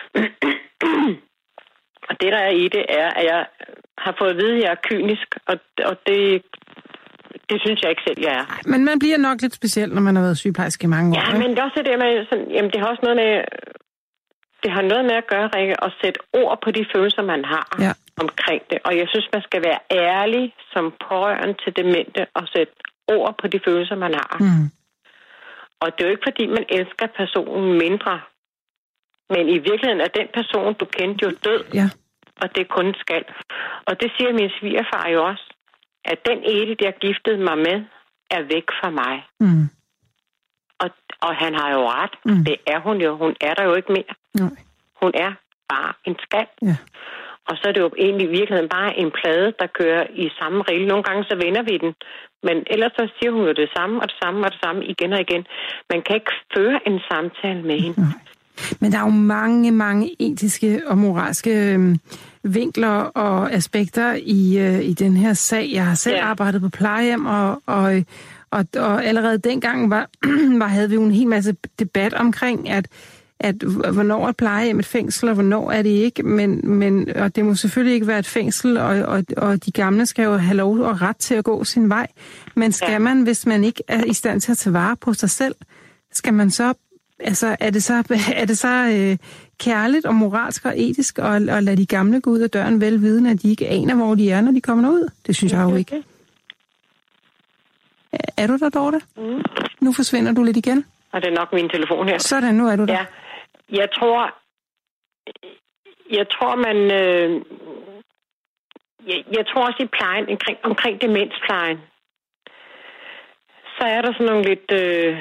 Og det der er i det er, at jeg har fået at vide, at jeg er kynisk, og, og det, det synes jeg ikke selv, jeg er. Men man bliver nok lidt speciel, når man har været sygeplejerske i mange år. Ja, men det er også det med, sådan, jamen det har også noget med, det har noget med at gøre, Rikke, at sætte ord på de følelser, man har ja. omkring det. Og jeg synes, man skal være ærlig som pårørende til demente og sætte ord på de følelser, man har. Mm. Og det er jo ikke, fordi man elsker personen mindre. Men i virkeligheden er den person, du kendte, jo død. Ja. Og det er kun en skal. Og det siger min svigerfar jo også, at den Edith, jeg giftede mig med, er væk fra mig. Mm. Og, og han har jo ret. Mm. Det er hun jo. Hun er der jo ikke mere. Nej. Hun er bare en skal. Ja. Og så er det jo egentlig i virkeligheden bare en plade, der kører i samme rille. Nogle gange så vender vi den. Men ellers så siger hun jo det samme og det samme og det samme igen og igen. Man kan ikke føre en samtale med hende. Nej. Men der er jo mange, mange etiske og moralske øh, vinkler og aspekter i, øh, i den her sag. Jeg har selv ja. arbejdet på plejehjem, og, og, og, og allerede dengang var, var, havde vi jo en hel masse debat omkring, at, at hvornår er et plejehjem et fængsel, og hvornår er det ikke. Men, men, og det må selvfølgelig ikke være et fængsel, og, og, og de gamle skal jo have lov og ret til at gå sin vej. Men skal ja. man, hvis man ikke er i stand til at tage vare på sig selv, skal man så... Altså, er det så, er det så øh, kærligt og moralsk og etisk at, at lade de gamle gå ud af døren velvidende, at de ikke aner, hvor de er, når de kommer ud? Det synes jeg jo ikke. Er du der, Dorte? Mm. Nu forsvinder du lidt igen. Og det er nok min telefon her. Sådan, nu er du der. Ja, jeg tror, jeg tror, man... Øh, jeg, jeg tror også i plejen, omkring, omkring demensplejen, så er der sådan nogle lidt... Øh,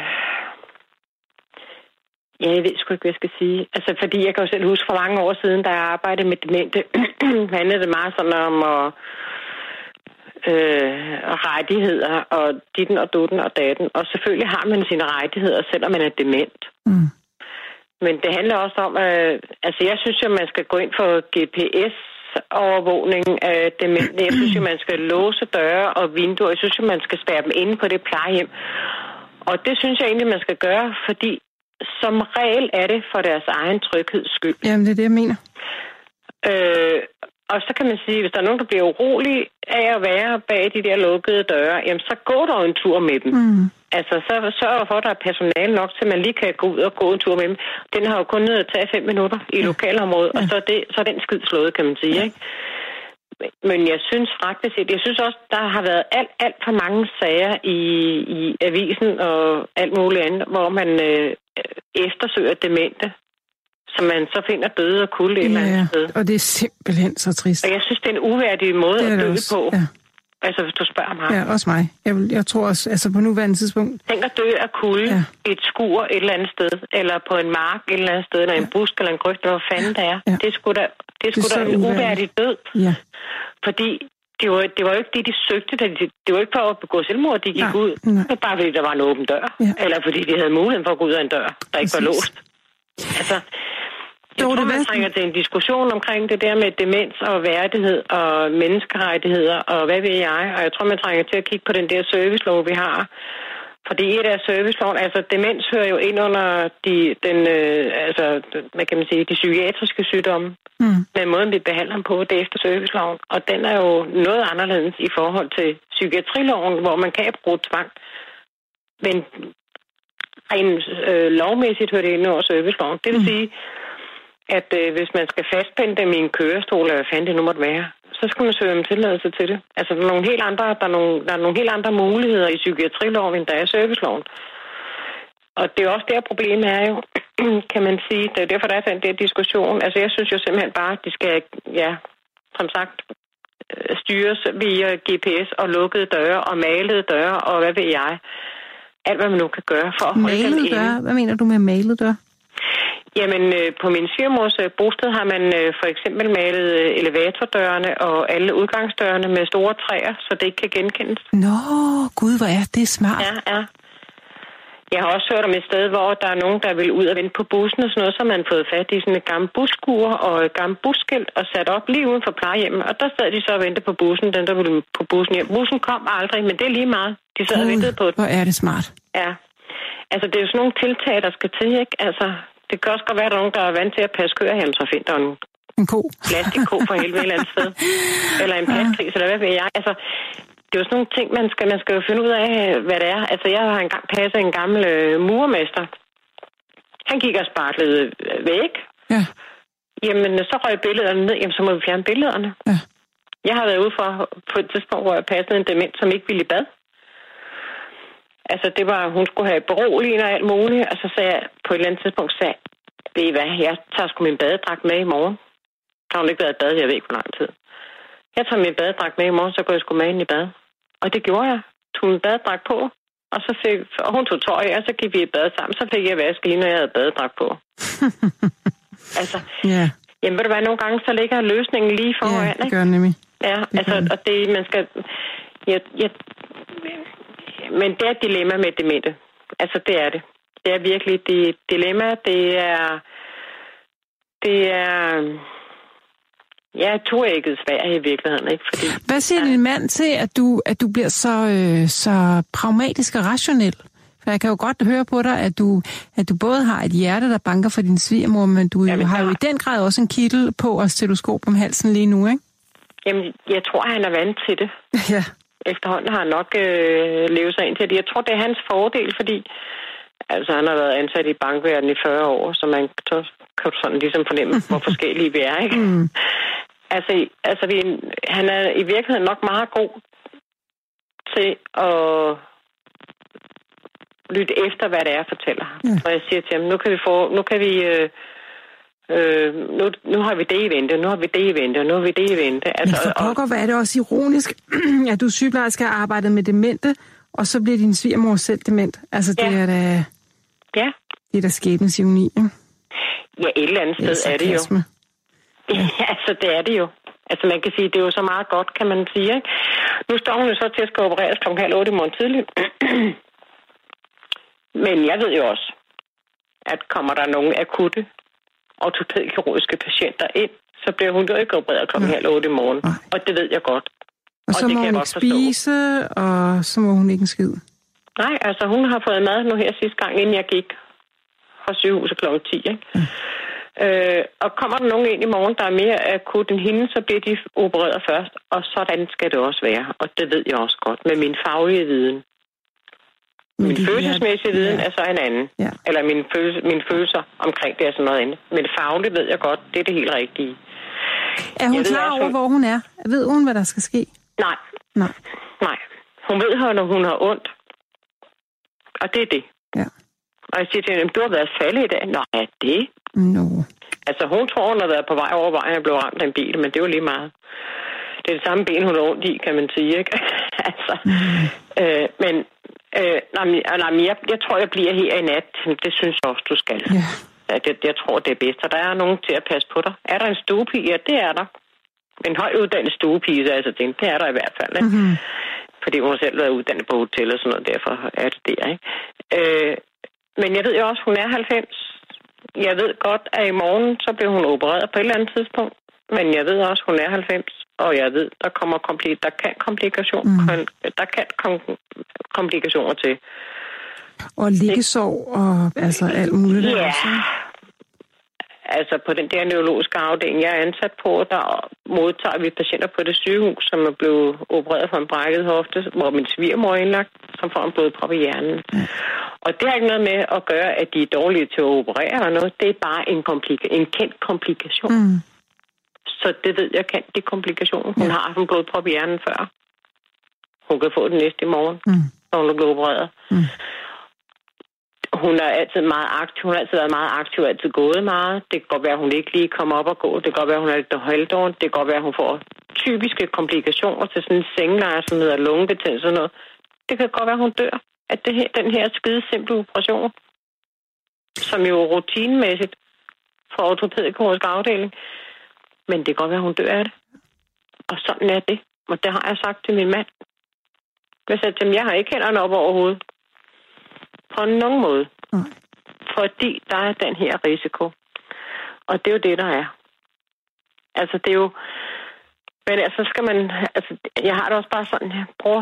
Ja, jeg ved sgu ikke, hvad jeg skal sige. Altså, fordi jeg kan jo selv huske for mange år siden, da jeg arbejdede med demente, handlede det meget sådan om og, øh, rettigheder, og ditten og dutten og datten. Og selvfølgelig har man sine rettigheder, selvom man er dement. Mm. Men det handler også om, at altså, jeg synes jo, man skal gå ind for G P S-overvågning af demente. Jeg synes jo, man skal låse døre og vinduer. Jeg synes jo, man skal spærre dem inde på det plejehjem. Og det synes jeg egentlig, man skal gøre, fordi som regel er det for deres egen trygheds skyld. Jamen, det er det, jeg mener. Øh, og så kan man sige, hvis der er nogen, der bliver urolig af at være bag de der lukkede døre, jamen så går der en tur med dem. Mm. Altså, så sørger for, at der er personale nok, til man lige kan gå ud og gå en tur med dem. Den har jo kun ned at tage fem minutter i ja. lokalområdet, ja. og så er, det, så er den skid slået, kan man sige, ja. ikke? men jeg synes faktisk, jeg synes også, der har været alt, alt for mange sager i, i avisen og alt muligt andet, hvor man øh, eftersøger demente, som man så finder døde og kulde et eller andet sted. Og det er simpelthen så trist. Og jeg synes, det er en uværdig måde at dø på. Ja. Altså, hvis du spørger mig. Ja, også mig. Jeg, vil, jeg tror også, altså på nuværende tidspunkt... Tænk at dø af kulde ja. i et skur et eller andet sted, eller på en mark et eller andet sted, eller ja. en busk eller en grøft, eller hvad fanden det er. Ja. Det er sgu da, det er sgu det er da en uværdig død. Ja. Fordi det var, det var jo ikke det, de søgte. Det, det var ikke for at begå selvmord, de gik nej, ud. Nej. Det var bare fordi, der var en åben dør. Ja. Eller fordi de havde muligheden for at gå ud af en dør, der ikke var låst. Altså... Jeg tror, man trænger til en diskussion omkring det der med demens og værdighed og menneskerettigheder og hvad ved jeg. Og jeg tror, man trænger til at kigge på den der servicelov, vi har. Fordi et af serviceloven, altså demens hører jo ind under de, den, øh, altså, hvad kan man sige, de psykiatriske sygdomme. Mm. Den måde, vi behandler dem på, det er efter serviceloven. Og den er jo noget anderledes i forhold til psykiatriloven, hvor man kan bruge tvang. Men rent øh, lovmæssigt hører det ind under serviceloven. Det vil mm. sige... at øh, hvis man skal fastspænde dem i en kørestol, eller hvad fanden det nu måtte være, så skal man søge om tilladelse til det. Altså, der er nogle helt andre, der er nogle, der er nogle helt andre muligheder i psykiatriloven, end der er i serviceloven. Og det er også der, problemet er jo, kan man sige. Det er derfor, der er den der diskussion. Altså, jeg synes jo simpelthen bare, at de skal, ja, som sagt, styres via G P S og lukkede døre og malede døre, og hvad ved jeg. Alt, hvad man nu kan gøre for at holde dem inde. Døre? Hvad mener du med malede døre? Jamen, øh, på min svigermors øh, bosted har man øh, for eksempel malet øh, elevatordørene og alle udgangsdørene med store træer, så det ikke kan genkendes. Nå, gud, hvor er det smart. Ja, ja. Jeg har også hørt om et sted, hvor der er nogen, der vil ud og vente på bussen og sådan noget, så har man fået fat i sådan et gammelt buskur og et gammelt busskilt og sat op lige uden for plejehjemmet. Og der sad de så og ventede på bussen, den der ville på bussen hjem. Bussen kom aldrig, men det er lige meget. De sad gud, og ventede på den. Hvor er det smart. Ja. Altså, det er jo sådan nogle tiltag, der skal til, ikke? Altså... Det kan også godt være, at der er nogen, der er vant til at passe køer hjemme, så finder der en, en ko. plastikko for helvede et eller andet sted. Eller en plastgris, eller hvad ved jeg. Altså, det er jo sådan nogle ting, man skal, man skal jo finde ud af, hvad det er. Altså, jeg har engang passet en gammel øh, murermester. Han gik og sparklede væk. Ja. Jamen, så røg billederne ned. Jamen, så må vi fjerne billederne. Ja. Jeg har været ude for på et tidspunkt, hvor jeg passede en dement, som ikke ville i bad. Altså, det var, hun skulle have beroligende og alt muligt. Og så sagde jeg på et eller andet tidspunkt, sagde, ved I hvad, jeg tager sgu min badedragt med i morgen. Der har hun ikke været i bad, jeg ved ikke, hvor lang tid. Jeg tager min badedragt med i morgen, så går jeg sgu med ind i bad. Og det gjorde jeg. Tog min badedragt på, og, så fik, og hun tog tøj, og så gik vi i bad sammen. Så fik jeg vaske lige, når jeg havde badedragt på. altså, yeah. Jamen ved du hvad, nogle gange, så ligger løsningen lige foran, ja, det gør nemlig. Ja, det altså, og det, man skal... Jeg, jeg, men det er et dilemma med demente. Altså, det er det. Det er virkelig et dilemma. Det er... Det er... Ja, toægget svær i virkeligheden, ikke? Fordi, hvad siger ja. din mand til, at du, at du bliver så, øh, så pragmatisk og rationel? For jeg kan jo godt høre på dig, at du, at du både har et hjerte, der banker for din svigermor, men du Jamen, har jo i den grad også en kittel på og stetoskop om halsen lige nu, ikke? Jamen, jeg tror, han er vant til det. Ja. Efterhånden har han nok øh, levet sig ind til det. Jeg tror, det er hans fordel, fordi altså, han har været ansat i bankverdenen i fyrre år, så man kan sådan ligesom fornemme, hvor forskellige vi er, ikke? Mm. Altså, altså vi, han er i virkeligheden nok meget god til at lytte efter, hvad det er, jeg fortæller. Mm. Når jeg siger til ham, nu kan vi få, nu kan vi... Øh, Øh, nu, nu har vi det i vente, nu har vi det i vente, nu har vi det i vente. Altså, men for pokker, hvad er det også ironisk, at du sygeplejerske har arbejdet med demente, og så bliver din svigermor selv dement. Altså, det ja. er da... Ja. Det er da skæbnens ironi, ikke? Ja, et eller andet sted ja, er det jo. Ja. ja, altså, det er det jo. Altså, man kan sige, det er jo så meget godt, kan man sige, ikke? Nu står hun jo så til at skal opereres klokken halv otte i morgen tidligt. Men jeg ved jo også, at kommer der nogen akutte ortopædkirurgiske patienter ind, så bliver hun jo ikke opereret klokken halv otte i morgen. Nej. Og det ved jeg godt. Og, og så det må hun ikke spise, og så må hun ikke en skid. Nej, altså hun har fået mad nu her sidste gang, inden jeg gik fra sygehuset klokken ti. Ikke? Mm. Øh, og kommer der nogen ind i morgen, der er mere akut end hende, så bliver de opereret først. Og sådan skal det også være. Og det ved jeg også godt med min faglige viden. Min de følelsesmæssige viden ja. er så en anden. Ja. Eller mine, følelse, mine følelser omkring det er sådan noget andet. Men fagligt ved jeg godt, det er det helt rigtige. Er hun klar over, hun... hvor hun er? Ved hun, hvad der skal ske? Nej. Nej. Nej. Hun ved, når hun har ondt. Og det er det. Ja. Og jeg siger til hende, du har været faldet i dag. Nå, er det? No. Altså, hun tror, hun har været på vej over vejen og blev ramt af en bil, men det er jo lige meget. Det er det samme ben, hun har ondt i, kan man sige, ikke? altså, mm. øh, men øh, nej, nej, jeg, jeg tror, jeg bliver her i nat. Det synes jeg også, du skal. Yeah. Jeg, jeg tror, det er bedst. Og der er nogen til at passe på dig. Er der en stuepige? Ja, det er der. En højuddannet stuepige, så altså, det er der i hvert fald, ikke? Mm-hmm. Fordi hun har selv været uddannet på hotel og sådan noget, derfor er det der, ikke? Øh, men jeg ved jo også, hun er halvfems. Jeg ved godt, at i morgen, så bliver hun opereret på et eller andet tidspunkt. Men jeg ved også, hun er halvfems. Og jeg ved, der kommer kompl- der kan komplikationer, mm. der kan kom- komplikationer til. Og liggesår og altså alt muligt. Ja. Der også. Altså på den der neurologiske afdeling, jeg er ansat på, der modtager vi patienter på det sygehus, som er blevet opereret for en brækket hofte, hvor min svigermor er indlagt, som får en blodprop i hjernen. Mm. Og det har ikke noget med at gøre, at de er dårlige til at operere eller noget. Det er bare en, komplika- en kendt komplikation. Mm. Så det ved jeg kan, det er komplikationer. Hun ja. har haft en blodprop i hjernen før. Hun kan få den næste i morgen, mm. når hun er blevet opereret. Mm. Hun er altid meget aktiv. Hun har altid været meget aktiv og altid gået meget. Det kan godt være, at hun ikke lige kommer op og gå. Det kan godt være, at hun er lidt halvdårlig. Det kan godt være, at hun får typiske komplikationer til sådan en sengeleje, som hedder lungebetændelse og noget. Det kan godt være, at hun dør af det her, den her skide simple operation, som jo rutinemæssigt for ortopædkirurgisk afdeling. Men det kan godt være, at hun dør af det. Og sådan er det. Og det har jeg sagt til min mand. Jeg sagde til ham, jeg har ikke hænderne op overhovedet. På nogen måde. Mm. Fordi der er den her risiko. Og det er jo det, der er. Altså, det er jo... Men altså, skal man... Altså, jeg har det også bare sådan, jeg bruger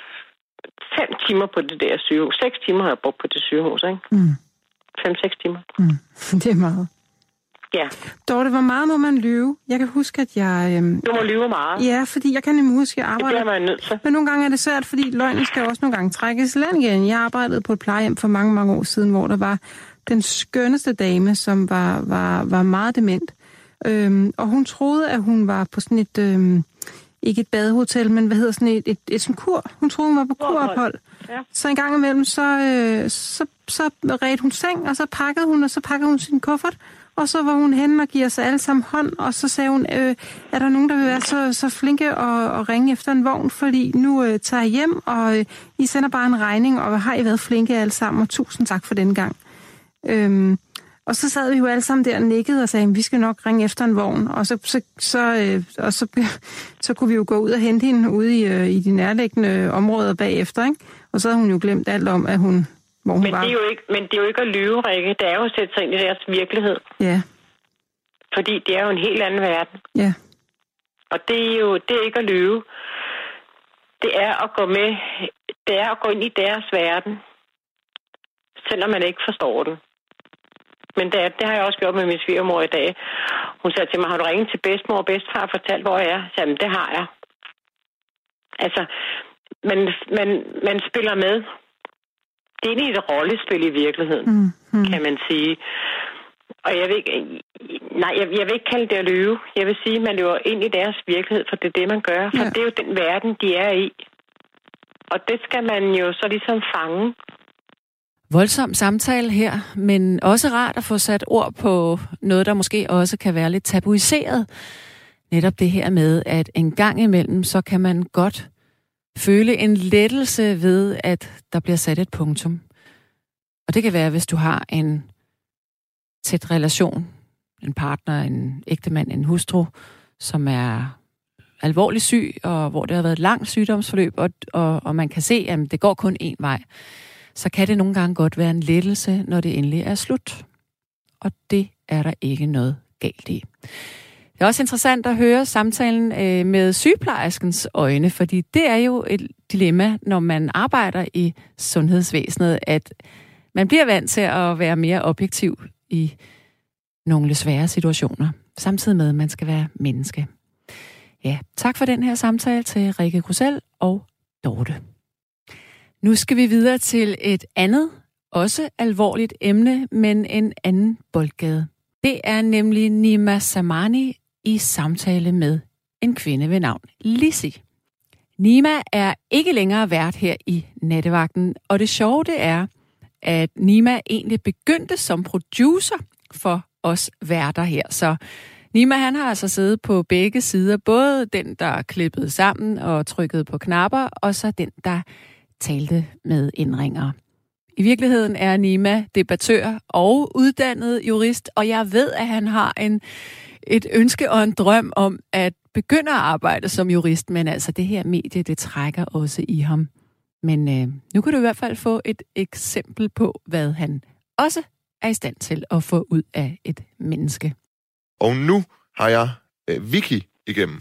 fem timer på det der sygehus. Seks timer har jeg brugt på det sygehus, ikke? Mm. Fem-seks timer. Mm. Det er meget. Ja. Dorte, hvor meget må man lyve? Jeg kan huske, at jeg... Øhm, du må lyve meget. Ja, fordi jeg kan nemlig huske, at jeg arbejder... Det bliver man nødt til. Men nogle gange er det svært, fordi løgnen skal også nogle gange trækkes i land igen. Jeg arbejdede på et plejehjem for mange, mange år siden, hvor der var den skønneste dame, som var, var, var meget dement. Øhm, og hun troede, at hun var på sådan et... Øhm, ikke et badehotel, men hvad hedder sådan et, et, et sådan kur. Hun troede, hun var på kurophold. Ja. Så en gang imellem, så, øh, så, så redte hun seng, og så pakkede hun, og så pakkede hun sin kuffert. Og så var hun henne og giver os alle sammen hånd, og så sagde hun, øh, er der nogen, der vil være så, så flinke og, og ringe efter en vogn, fordi nu øh, tager jeg hjem, og øh, I sender bare en regning, og har I været flinke alle sammen, og tusind tak for den gang. Øhm, og så sad vi jo alle sammen der og nikkede og sagde, vi skal nok ringe efter en vogn, og så, så, så, øh, og så, så kunne vi jo gå ud og hente hende ude i, øh, i de nærliggende områder bagefter, ikke? Og så havde hun jo glemt alt om, at hun... Men det, er jo ikke, men det er jo ikke at lyve, Rikke. Det er jo at sætte sig ind i deres virkelighed. Ja. Fordi det er jo en helt anden verden. Ja. Og det er jo det er ikke at lyve. Det er at gå med. Det er at gå ind i deres verden. Selvom man ikke forstår den. Men det, er, det har jeg også gjort med min svigermor i dag. Hun sagde til mig, har du ringet til bedstemor og bedstefar og fortalt, hvor jeg er? Så jamen, det har jeg. Altså, man, man, man spiller med. Det er egentlig et rollespil i virkeligheden, mm, mm. kan man sige. Og jeg vil ikke, nej, jeg, jeg vil ikke kalde det at løbe. Jeg vil sige, at man løber ind i deres virkelighed, for det er det, man gør. For ja. Det er jo den verden, de er i. Og det skal man jo så ligesom fange. Voldsom samtale her, men også rart at få sat ord på noget, der måske også kan være lidt tabuiseret. Netop det her med, at en gang imellem, så kan man godt føle en lettelse ved, at der bliver sat et punktum. Og det kan være, hvis du har en tæt relation, en partner, en ægtemand, en hustru, som er alvorligt syg, og hvor det har været et langt sygdomsforløb, og, og, og man kan se, at det går kun én vej, så kan det nogle gange godt være en lettelse, når det endelig er slut. Og det er der ikke noget galt i. Det er også interessant at høre samtalen øh, med sygeplejerskens øjne, fordi det er jo et dilemma, når man arbejder i sundhedsvæsenet, at man bliver vant til at være mere objektiv i nogle svære situationer, samtidig med, at man skal være menneske. Ja, tak for den her samtale til Rikke Grussel og Dorte. Nu skal vi videre til et andet, også alvorligt emne, men en anden boldgade. Det er nemlig Nima Samani, i samtale med en kvinde ved navn Lissi. Nima er ikke længere vært her i Nattevagten, og det sjove det er, at Nima egentlig begyndte som producer for os værter her. Så Nima, han har altså siddet på begge sider, både den, der klippede sammen og trykkede på knapper, og så den, der talte med indringere. I virkeligheden er Nima debattør og uddannet jurist, og jeg ved, at han har en, et ønske og en drøm om at begynde at arbejde som jurist, men altså det her medie, det trækker også i ham. Men øh, nu kan du i hvert fald få et eksempel på, hvad han også er i stand til at få ud af et menneske. Og nu har jeg øh, Vicky igennem.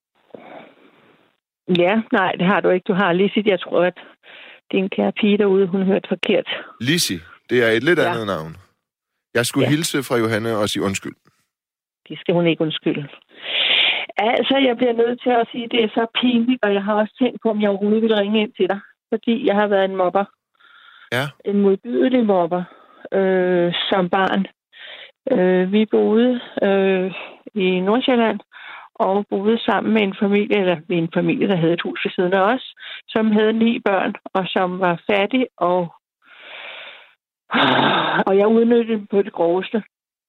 Ja, nej, det har du ikke. Du har Lissi. Jeg tror, at det er en kære pige derude. Hun hørte forkert. Lissi, det er et lidt ja. andet navn. Jeg skulle ja. hilse fra Johanne og sige undskyld. Det skal hun ikke undskylde. Altså, jeg bliver nødt til at sige, at det er så pinligt, og jeg har også tænkt på, om jeg overhovedet vil ringe ind til dig. Fordi jeg har været en mobber. Ja. En modbydelig mobber øh, som barn. Øh, vi boede øh, i Nordsjælland, og boede sammen med en familie, eller en familie, der havde et hus ved siden af os, som havde ni børn, og som var fattig, og, og jeg udnyttede dem på det groveste.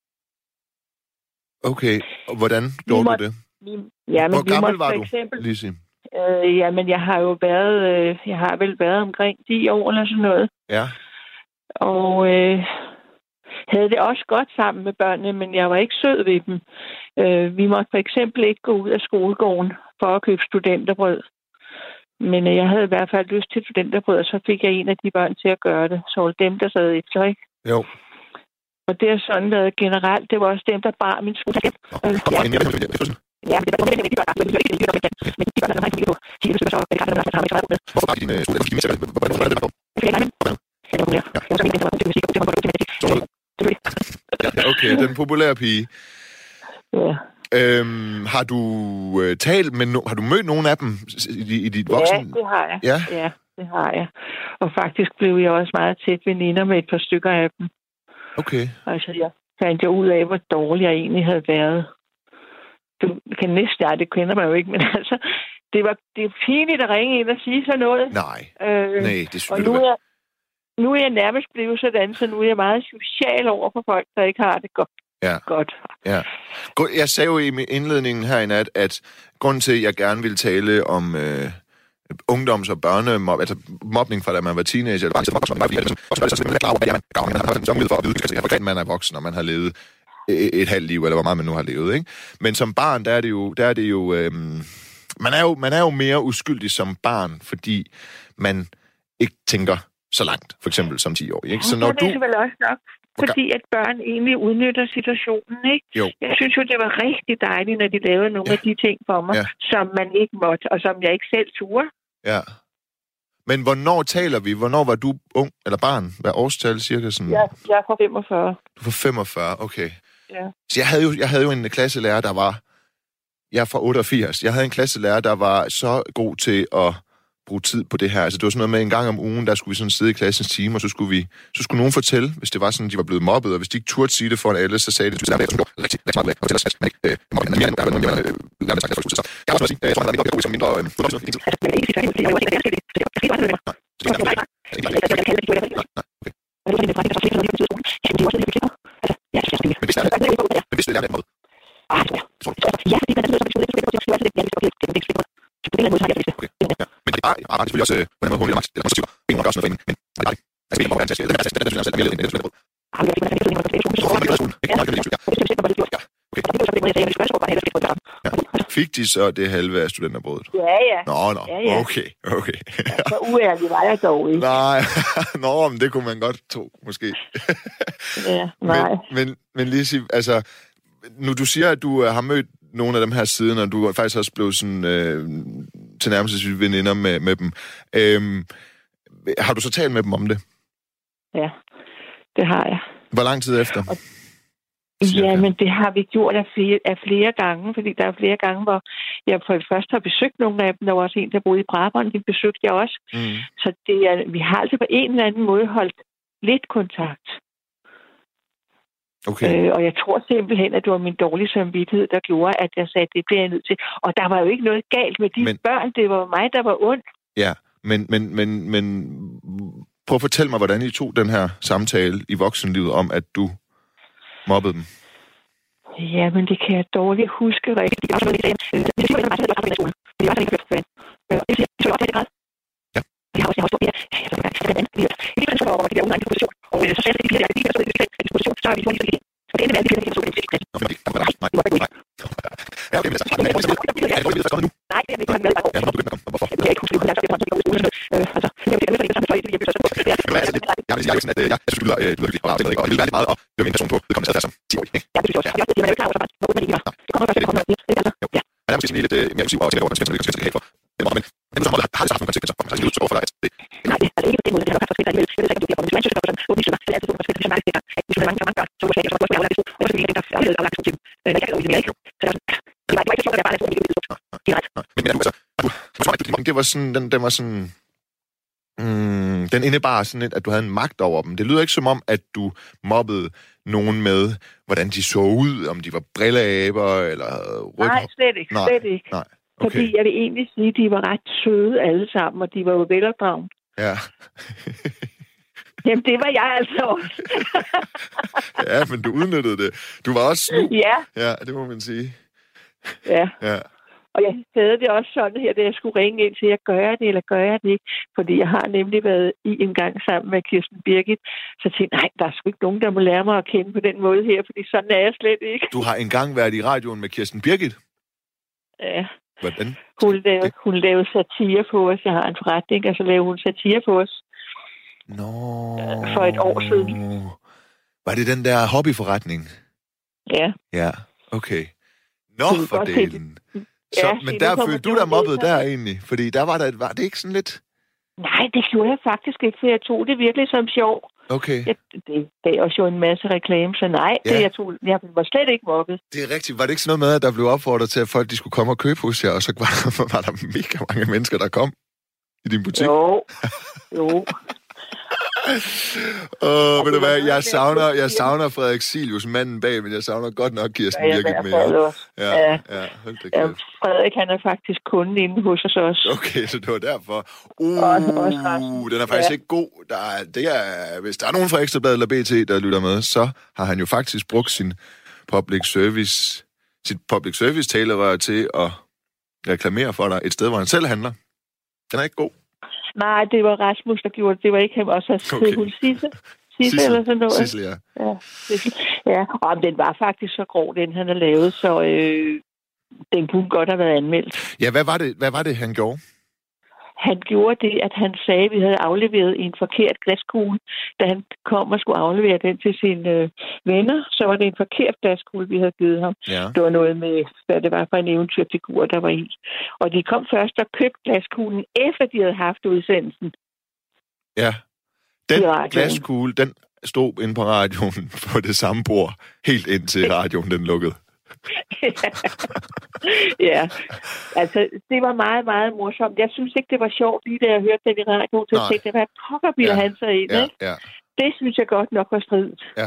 Okay, og hvordan gjorde må, du det? Vi, ja, men Hvor gammel må, var du, eksempel, Lissi? Øh, ja, men jeg har jo været, øh, jeg har vel været omkring ti år eller sådan noget. Ja. Og øh, havde det også godt sammen med børnene, men jeg var ikke sød ved dem. Øh, vi måtte for eksempel ikke gå ud af skolegården for at købe studenterbrød. Men øh, jeg havde i hvert fald lyst til studenterbrød, og så fik jeg en af de børn til at gøre det. Så var det dem, der sad efter, ikke? Jo. Og det er sådan været generelt. Det var også dem, der bar min skole. Ja, men det var ikke de børn, der ikke de børn, men de børn, der har en familie på. De er så det kan der har meget med. Hvorfor var din skole for kemi sikkert? Hvordan var det der? Ja, okay, den populære pige. Ja. Øhm, har du øh, talt med no- har du mødt nogen af dem i, i dit voksen? Ja, det har jeg. Ja? Ja, det har jeg. Og faktisk blev jeg også meget tæt veninder med et par stykker af dem. Okay. Altså, jeg fandt jo ud af, hvor dårlig jeg egentlig havde været. Du kan næsten, ja, det kender man jo ikke, men altså, det var det er pinligt at ringe ind og sige sådan noget. Nej, øh, nej, det og nu er, jeg, nu er jeg nærmest blevet sådan, så nu er jeg meget social over for folk, der ikke har det godt. Ja. Godt. Ja. Jeg sagde jo i indledningen her i nat, at grunden til, at jeg gerne ville tale om øh, ungdoms- og børnemob, altså mobning fra da man var teenager, eller bare ligesom voksen, fordi jeg er klar over, at man har en mulighed for at vide, at man er voksen, og man har levet et, et halvt liv, eller hvor meget man nu har levet, ikke? Men som barn, der er det jo, der er det jo, øhm, man er jo, man er jo mere uskyldig som barn, fordi man ikke tænker så langt, for eksempel som ti år, ikke? Så når du... Det er vel også nok, fordi at børn egentlig udnytter situationen, ikke? Jo. Jeg synes jo, det var rigtig dejligt, når de lavede nogle ja. af de ting for mig, ja. som man ikke måtte, og som jeg ikke selv turde. Ja. Men hvornår taler vi? Hvornår var du ung eller barn? Hvad årstal cirka sådan? Ja, jeg er fra femogfyrre. Du er fra femogfyrre, okay. Ja. Så jeg havde jo, jeg havde jo en klasselærer, der var... Jeg er fra otteogfirs. Jeg havde en klasselærer, der var så god til at bruge tid på det her. Altså det var sådan noget med, en gang om ugen, der skulle vi sådan sidde i klassens time, og så skulle vi, så skulle nogen fortælle, hvis det var sådan, de var blevet mobbet, og hvis de ikke turde sige det foran alle, så sagde de, at det var rigtig, rigtig meget væk, og til at man ikke mobbe hinanden. Jeg har også noget at sige, jeg tror, han er mindre mindre fodbold. Men hvis det er den måde. Ja, det er okay. Ja. Men det er bare, bare selvfølgelig også, på den måde, hun er magt, eller konstruktiv. Det er også noget for hende, men det er det. Altså, det er ikke meget fantastisk. Det er det, det er det, det er det, Fik de så det halve af studenterbrødet? Ja, ja. Nå, nå. Ja, ja. Okay, okay. Så uærlig var jeg dog ikke. Nej, nå, men det kunne man godt tro, måske. Ja, nej. Men, men, men Lissi, altså, nu du siger, at du har mødt nogle af dem her siden, og du er faktisk også blevet sådan øh, tilnærmelsesvis veninder med, med dem. Øhm, har du så talt med dem om det? Ja, det har jeg. Hvor lang tid efter? Og, ja, men det har vi gjort af flere, af flere gange, fordi der er flere gange, hvor jeg for det første har besøgt nogle af dem. Der var også en, der boede i Brabrand, de besøgte jeg også. Mm. Så det er, vi har altså på en eller anden måde holdt lidt kontakt. Okay. Øh, og jeg tror simpelthen, at det var min dårlige samvittighed, der gjorde, at jeg sagde, at det bliver jeg nødt til. Og der var jo ikke noget galt med de men, børn. Det var mig, der var ondt. Ja, men, men, men, men prøv at fortælle mig, hvordan I tog den her samtale i voksenlivet om, at du mobbede dem. Ja, men det kan jeg dårligt huske rigtigt. Det var sådan noget, det var meget, det var meget, det var ikke først. Det siger, det var også det ja. Jeg har også jeg har også ja, jeg tror faktisk at det er det er over det der uden position. Og så sagde det bliver det er så det er position, så er vi lige så det. Og det er det med det er så det er. Ja, okay, men så er det jeg tror det er nu. Nej, det er ikke med. Jeg har begyndt at komme. Hvorfor? Jeg kunne ikke det er så det er altså det er det er samme fløjte, det er så det er. Jeg vil sige at jeg synes du er du er virkelig og det og det er meget og det er en person på det kommer til at som ti-årig, ikke? Ja, det synes jeg. Jeg er jo klar over hvor man ikke var. Det kommer først det kommer det altså. Ja. Men jeg vil sige lidt mere syv år til over konsekvenser det skal have for. Men men men så har det haft nogle konsekvenser for mig. Så det er jo for dig. Nej, det er ikke det måde det har faktisk det er det er det er det er sådan og det er det er altså så det er meget det er hvis man mange mange så må jeg så også være det og så vil jeg der er lagt til. Men jeg kan jo ikke så det var ikke så det var bare så det er ret. Men altså det var sådan den den var sådan Mm, den indebar sådan lidt, at du havde en magt over dem. Det lyder ikke som om, at du mobbede nogen med, hvordan de så ud, om de var brilleaber eller ryg. Nej, slet ikke, nej, slet ikke. Nej, okay. Fordi jeg vil egentlig sige, at de var ret søde alle sammen, og de var jo velopdragende. Ja. Jamen, det var jeg altså også. Ja, men du udnyttede det. Du var også snu. Ja. Ja, det må man sige. Ja. Ja. Og jeg havde det også sådan her, da jeg skulle ringe ind til, at jeg gør det, eller gør jeg det ikke. Fordi jeg har nemlig været i en gang sammen med Kirsten Birgit. Så jeg tænkte, nej, der er sgu ikke nogen, der må lære mig at kende på den måde her, fordi sådan er jeg slet ikke. Du har engang været i radioen med Kirsten Birgit? Ja. Hvordan? Hun lavede, hun lavede satire på os. Jeg har en forretning, og så lavede hun satire på os. Nå. For et år siden. Var det den der hobbyforretning? Ja. Ja, okay. Nå, for delen. Så, ja, men der følte du der mobbet der egentlig? Fordi der var der, var det ikke sådan lidt? Nej, det gjorde jeg faktisk ikke, for jeg tog det virkelig som sjov. Okay. Jeg, det gav også jo en masse reklame, så nej, ja. det, jeg, tog, jeg var slet ikke mobbet. Det er rigtigt. Var det ikke sådan noget med, at der blev opfordret til, at folk de skulle komme og købe hos jer, og så var der, var der mega mange mennesker, der kom i din butik? Jo, jo. Åh, oh, ved du hvad, jeg savner, jeg savner Frederik Silius, manden bag, men jeg savner godt nok Kirsten ja, Birgit mere. Ja, ja, ja, hold da ja, Frederik, han er faktisk kunden inde hos os også. Okay, så det var derfor. Uh, den er faktisk ja. ikke god. Der er, det er, hvis der er nogen fra Ekstrabladet eller B T, der lytter med, så har han jo faktisk brugt sin public service, sit public service talerør til at reklamere for dig et sted, hvor han selv handler. Den er ikke god. Nej, det var Rasmus, der gjorde det. Det var ikke ham også. Okay. Hun Sisse. Sisse eller sådan noget. Sissel, ja. Ja, Sissel. Ja, og den var faktisk så grov, den han har lavet, så øh, den kunne godt have været anmeldt. Ja, hvad var det, hvad var det han gjorde? Han gjorde det, at han sagde, at vi havde afleveret en forkert glaskugle. Da han kom og skulle aflevere den til sine øh, venner, så var det en forkert glaskugle, vi havde givet ham. Ja. Det var noget med, hvad det var for en eventyrfigur, der var i. Og de kom først og købte glaskuglen, efter de havde haft udsendelsen. Ja, den glaskugle, den stod inde på radioen på det samme bord, helt indtil radioen den lukkede. Ja, altså det var meget, meget morsomt. Jeg synes ikke, det var sjovt lige da jeg hørte den i radioen, så jeg tænkte, hvad pokker ville han sig ind, ja, ikke? Ja. Det synes jeg godt nok var stridt. Ja.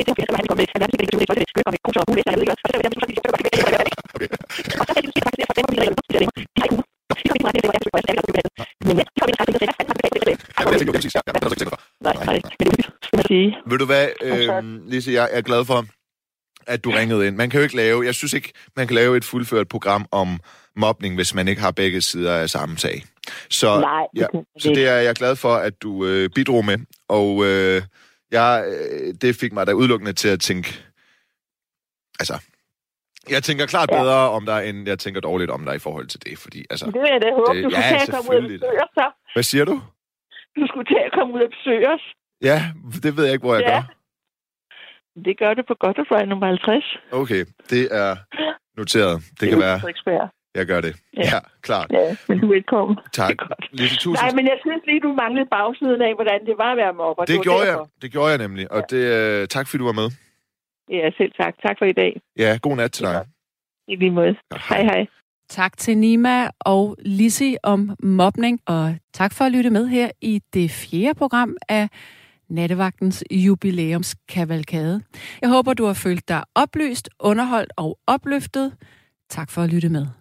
Ved du hvad, øh, Lise, jeg er glad for, at du ringede ind. Man kan jo ikke lave, jeg synes ikke, man kan lave et fuldført program om mobning, hvis man ikke har begge sider af samme sag. Så, Nej, ja, så det er jeg glad for, at du øh, bidrog med. Og øh, jeg, øh, det fik mig da udelukkende til at tænke, altså, jeg tænker klart bedre ja. om dig, end jeg tænker dårligt om dig i forhold til det, fordi altså... Det vil jeg da håbe, det, du skulle ja, tage at komme ud og besøge os, så. Hvad siger du? Du skulle tage at komme ud og besøge os. Ja, det ved jeg ikke, hvor jeg ja. gør. Det gør det på Godderfly nummer halvtreds. Okay, det er noteret. Det, det kan være... Jeg gør det. Ja, ja klart. Ja, men du er velkommen. Tak. Lise, tusind... Nej, men jeg synes lige, du manglede bagsiden af, hvordan det var at være mobber. Det, det gjorde jeg. Det gjorde jeg nemlig. Og det, uh, tak, fordi du var med. Ja, selv tak. Tak for i dag. Ja, god nat til dig. I lige måde. Hej, hej. Tak til Nima og Lizzie om mobning, og tak for at lytte med her i det fjerde program af Nattevagtens jubilæumskavalkade. Jeg håber, du har følt dig oplyst, underholdt og opløftet. Tak for at lytte med.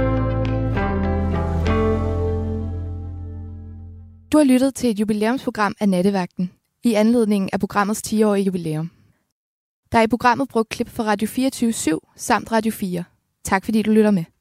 Du har lyttet til et jubilæumsprogram af Nattevagten i anledning af programmets ti-årige jubilæum. Der er i programmet brugt klip fra Radio fireogtyve syv samt Radio fire. Tak fordi du lytter med.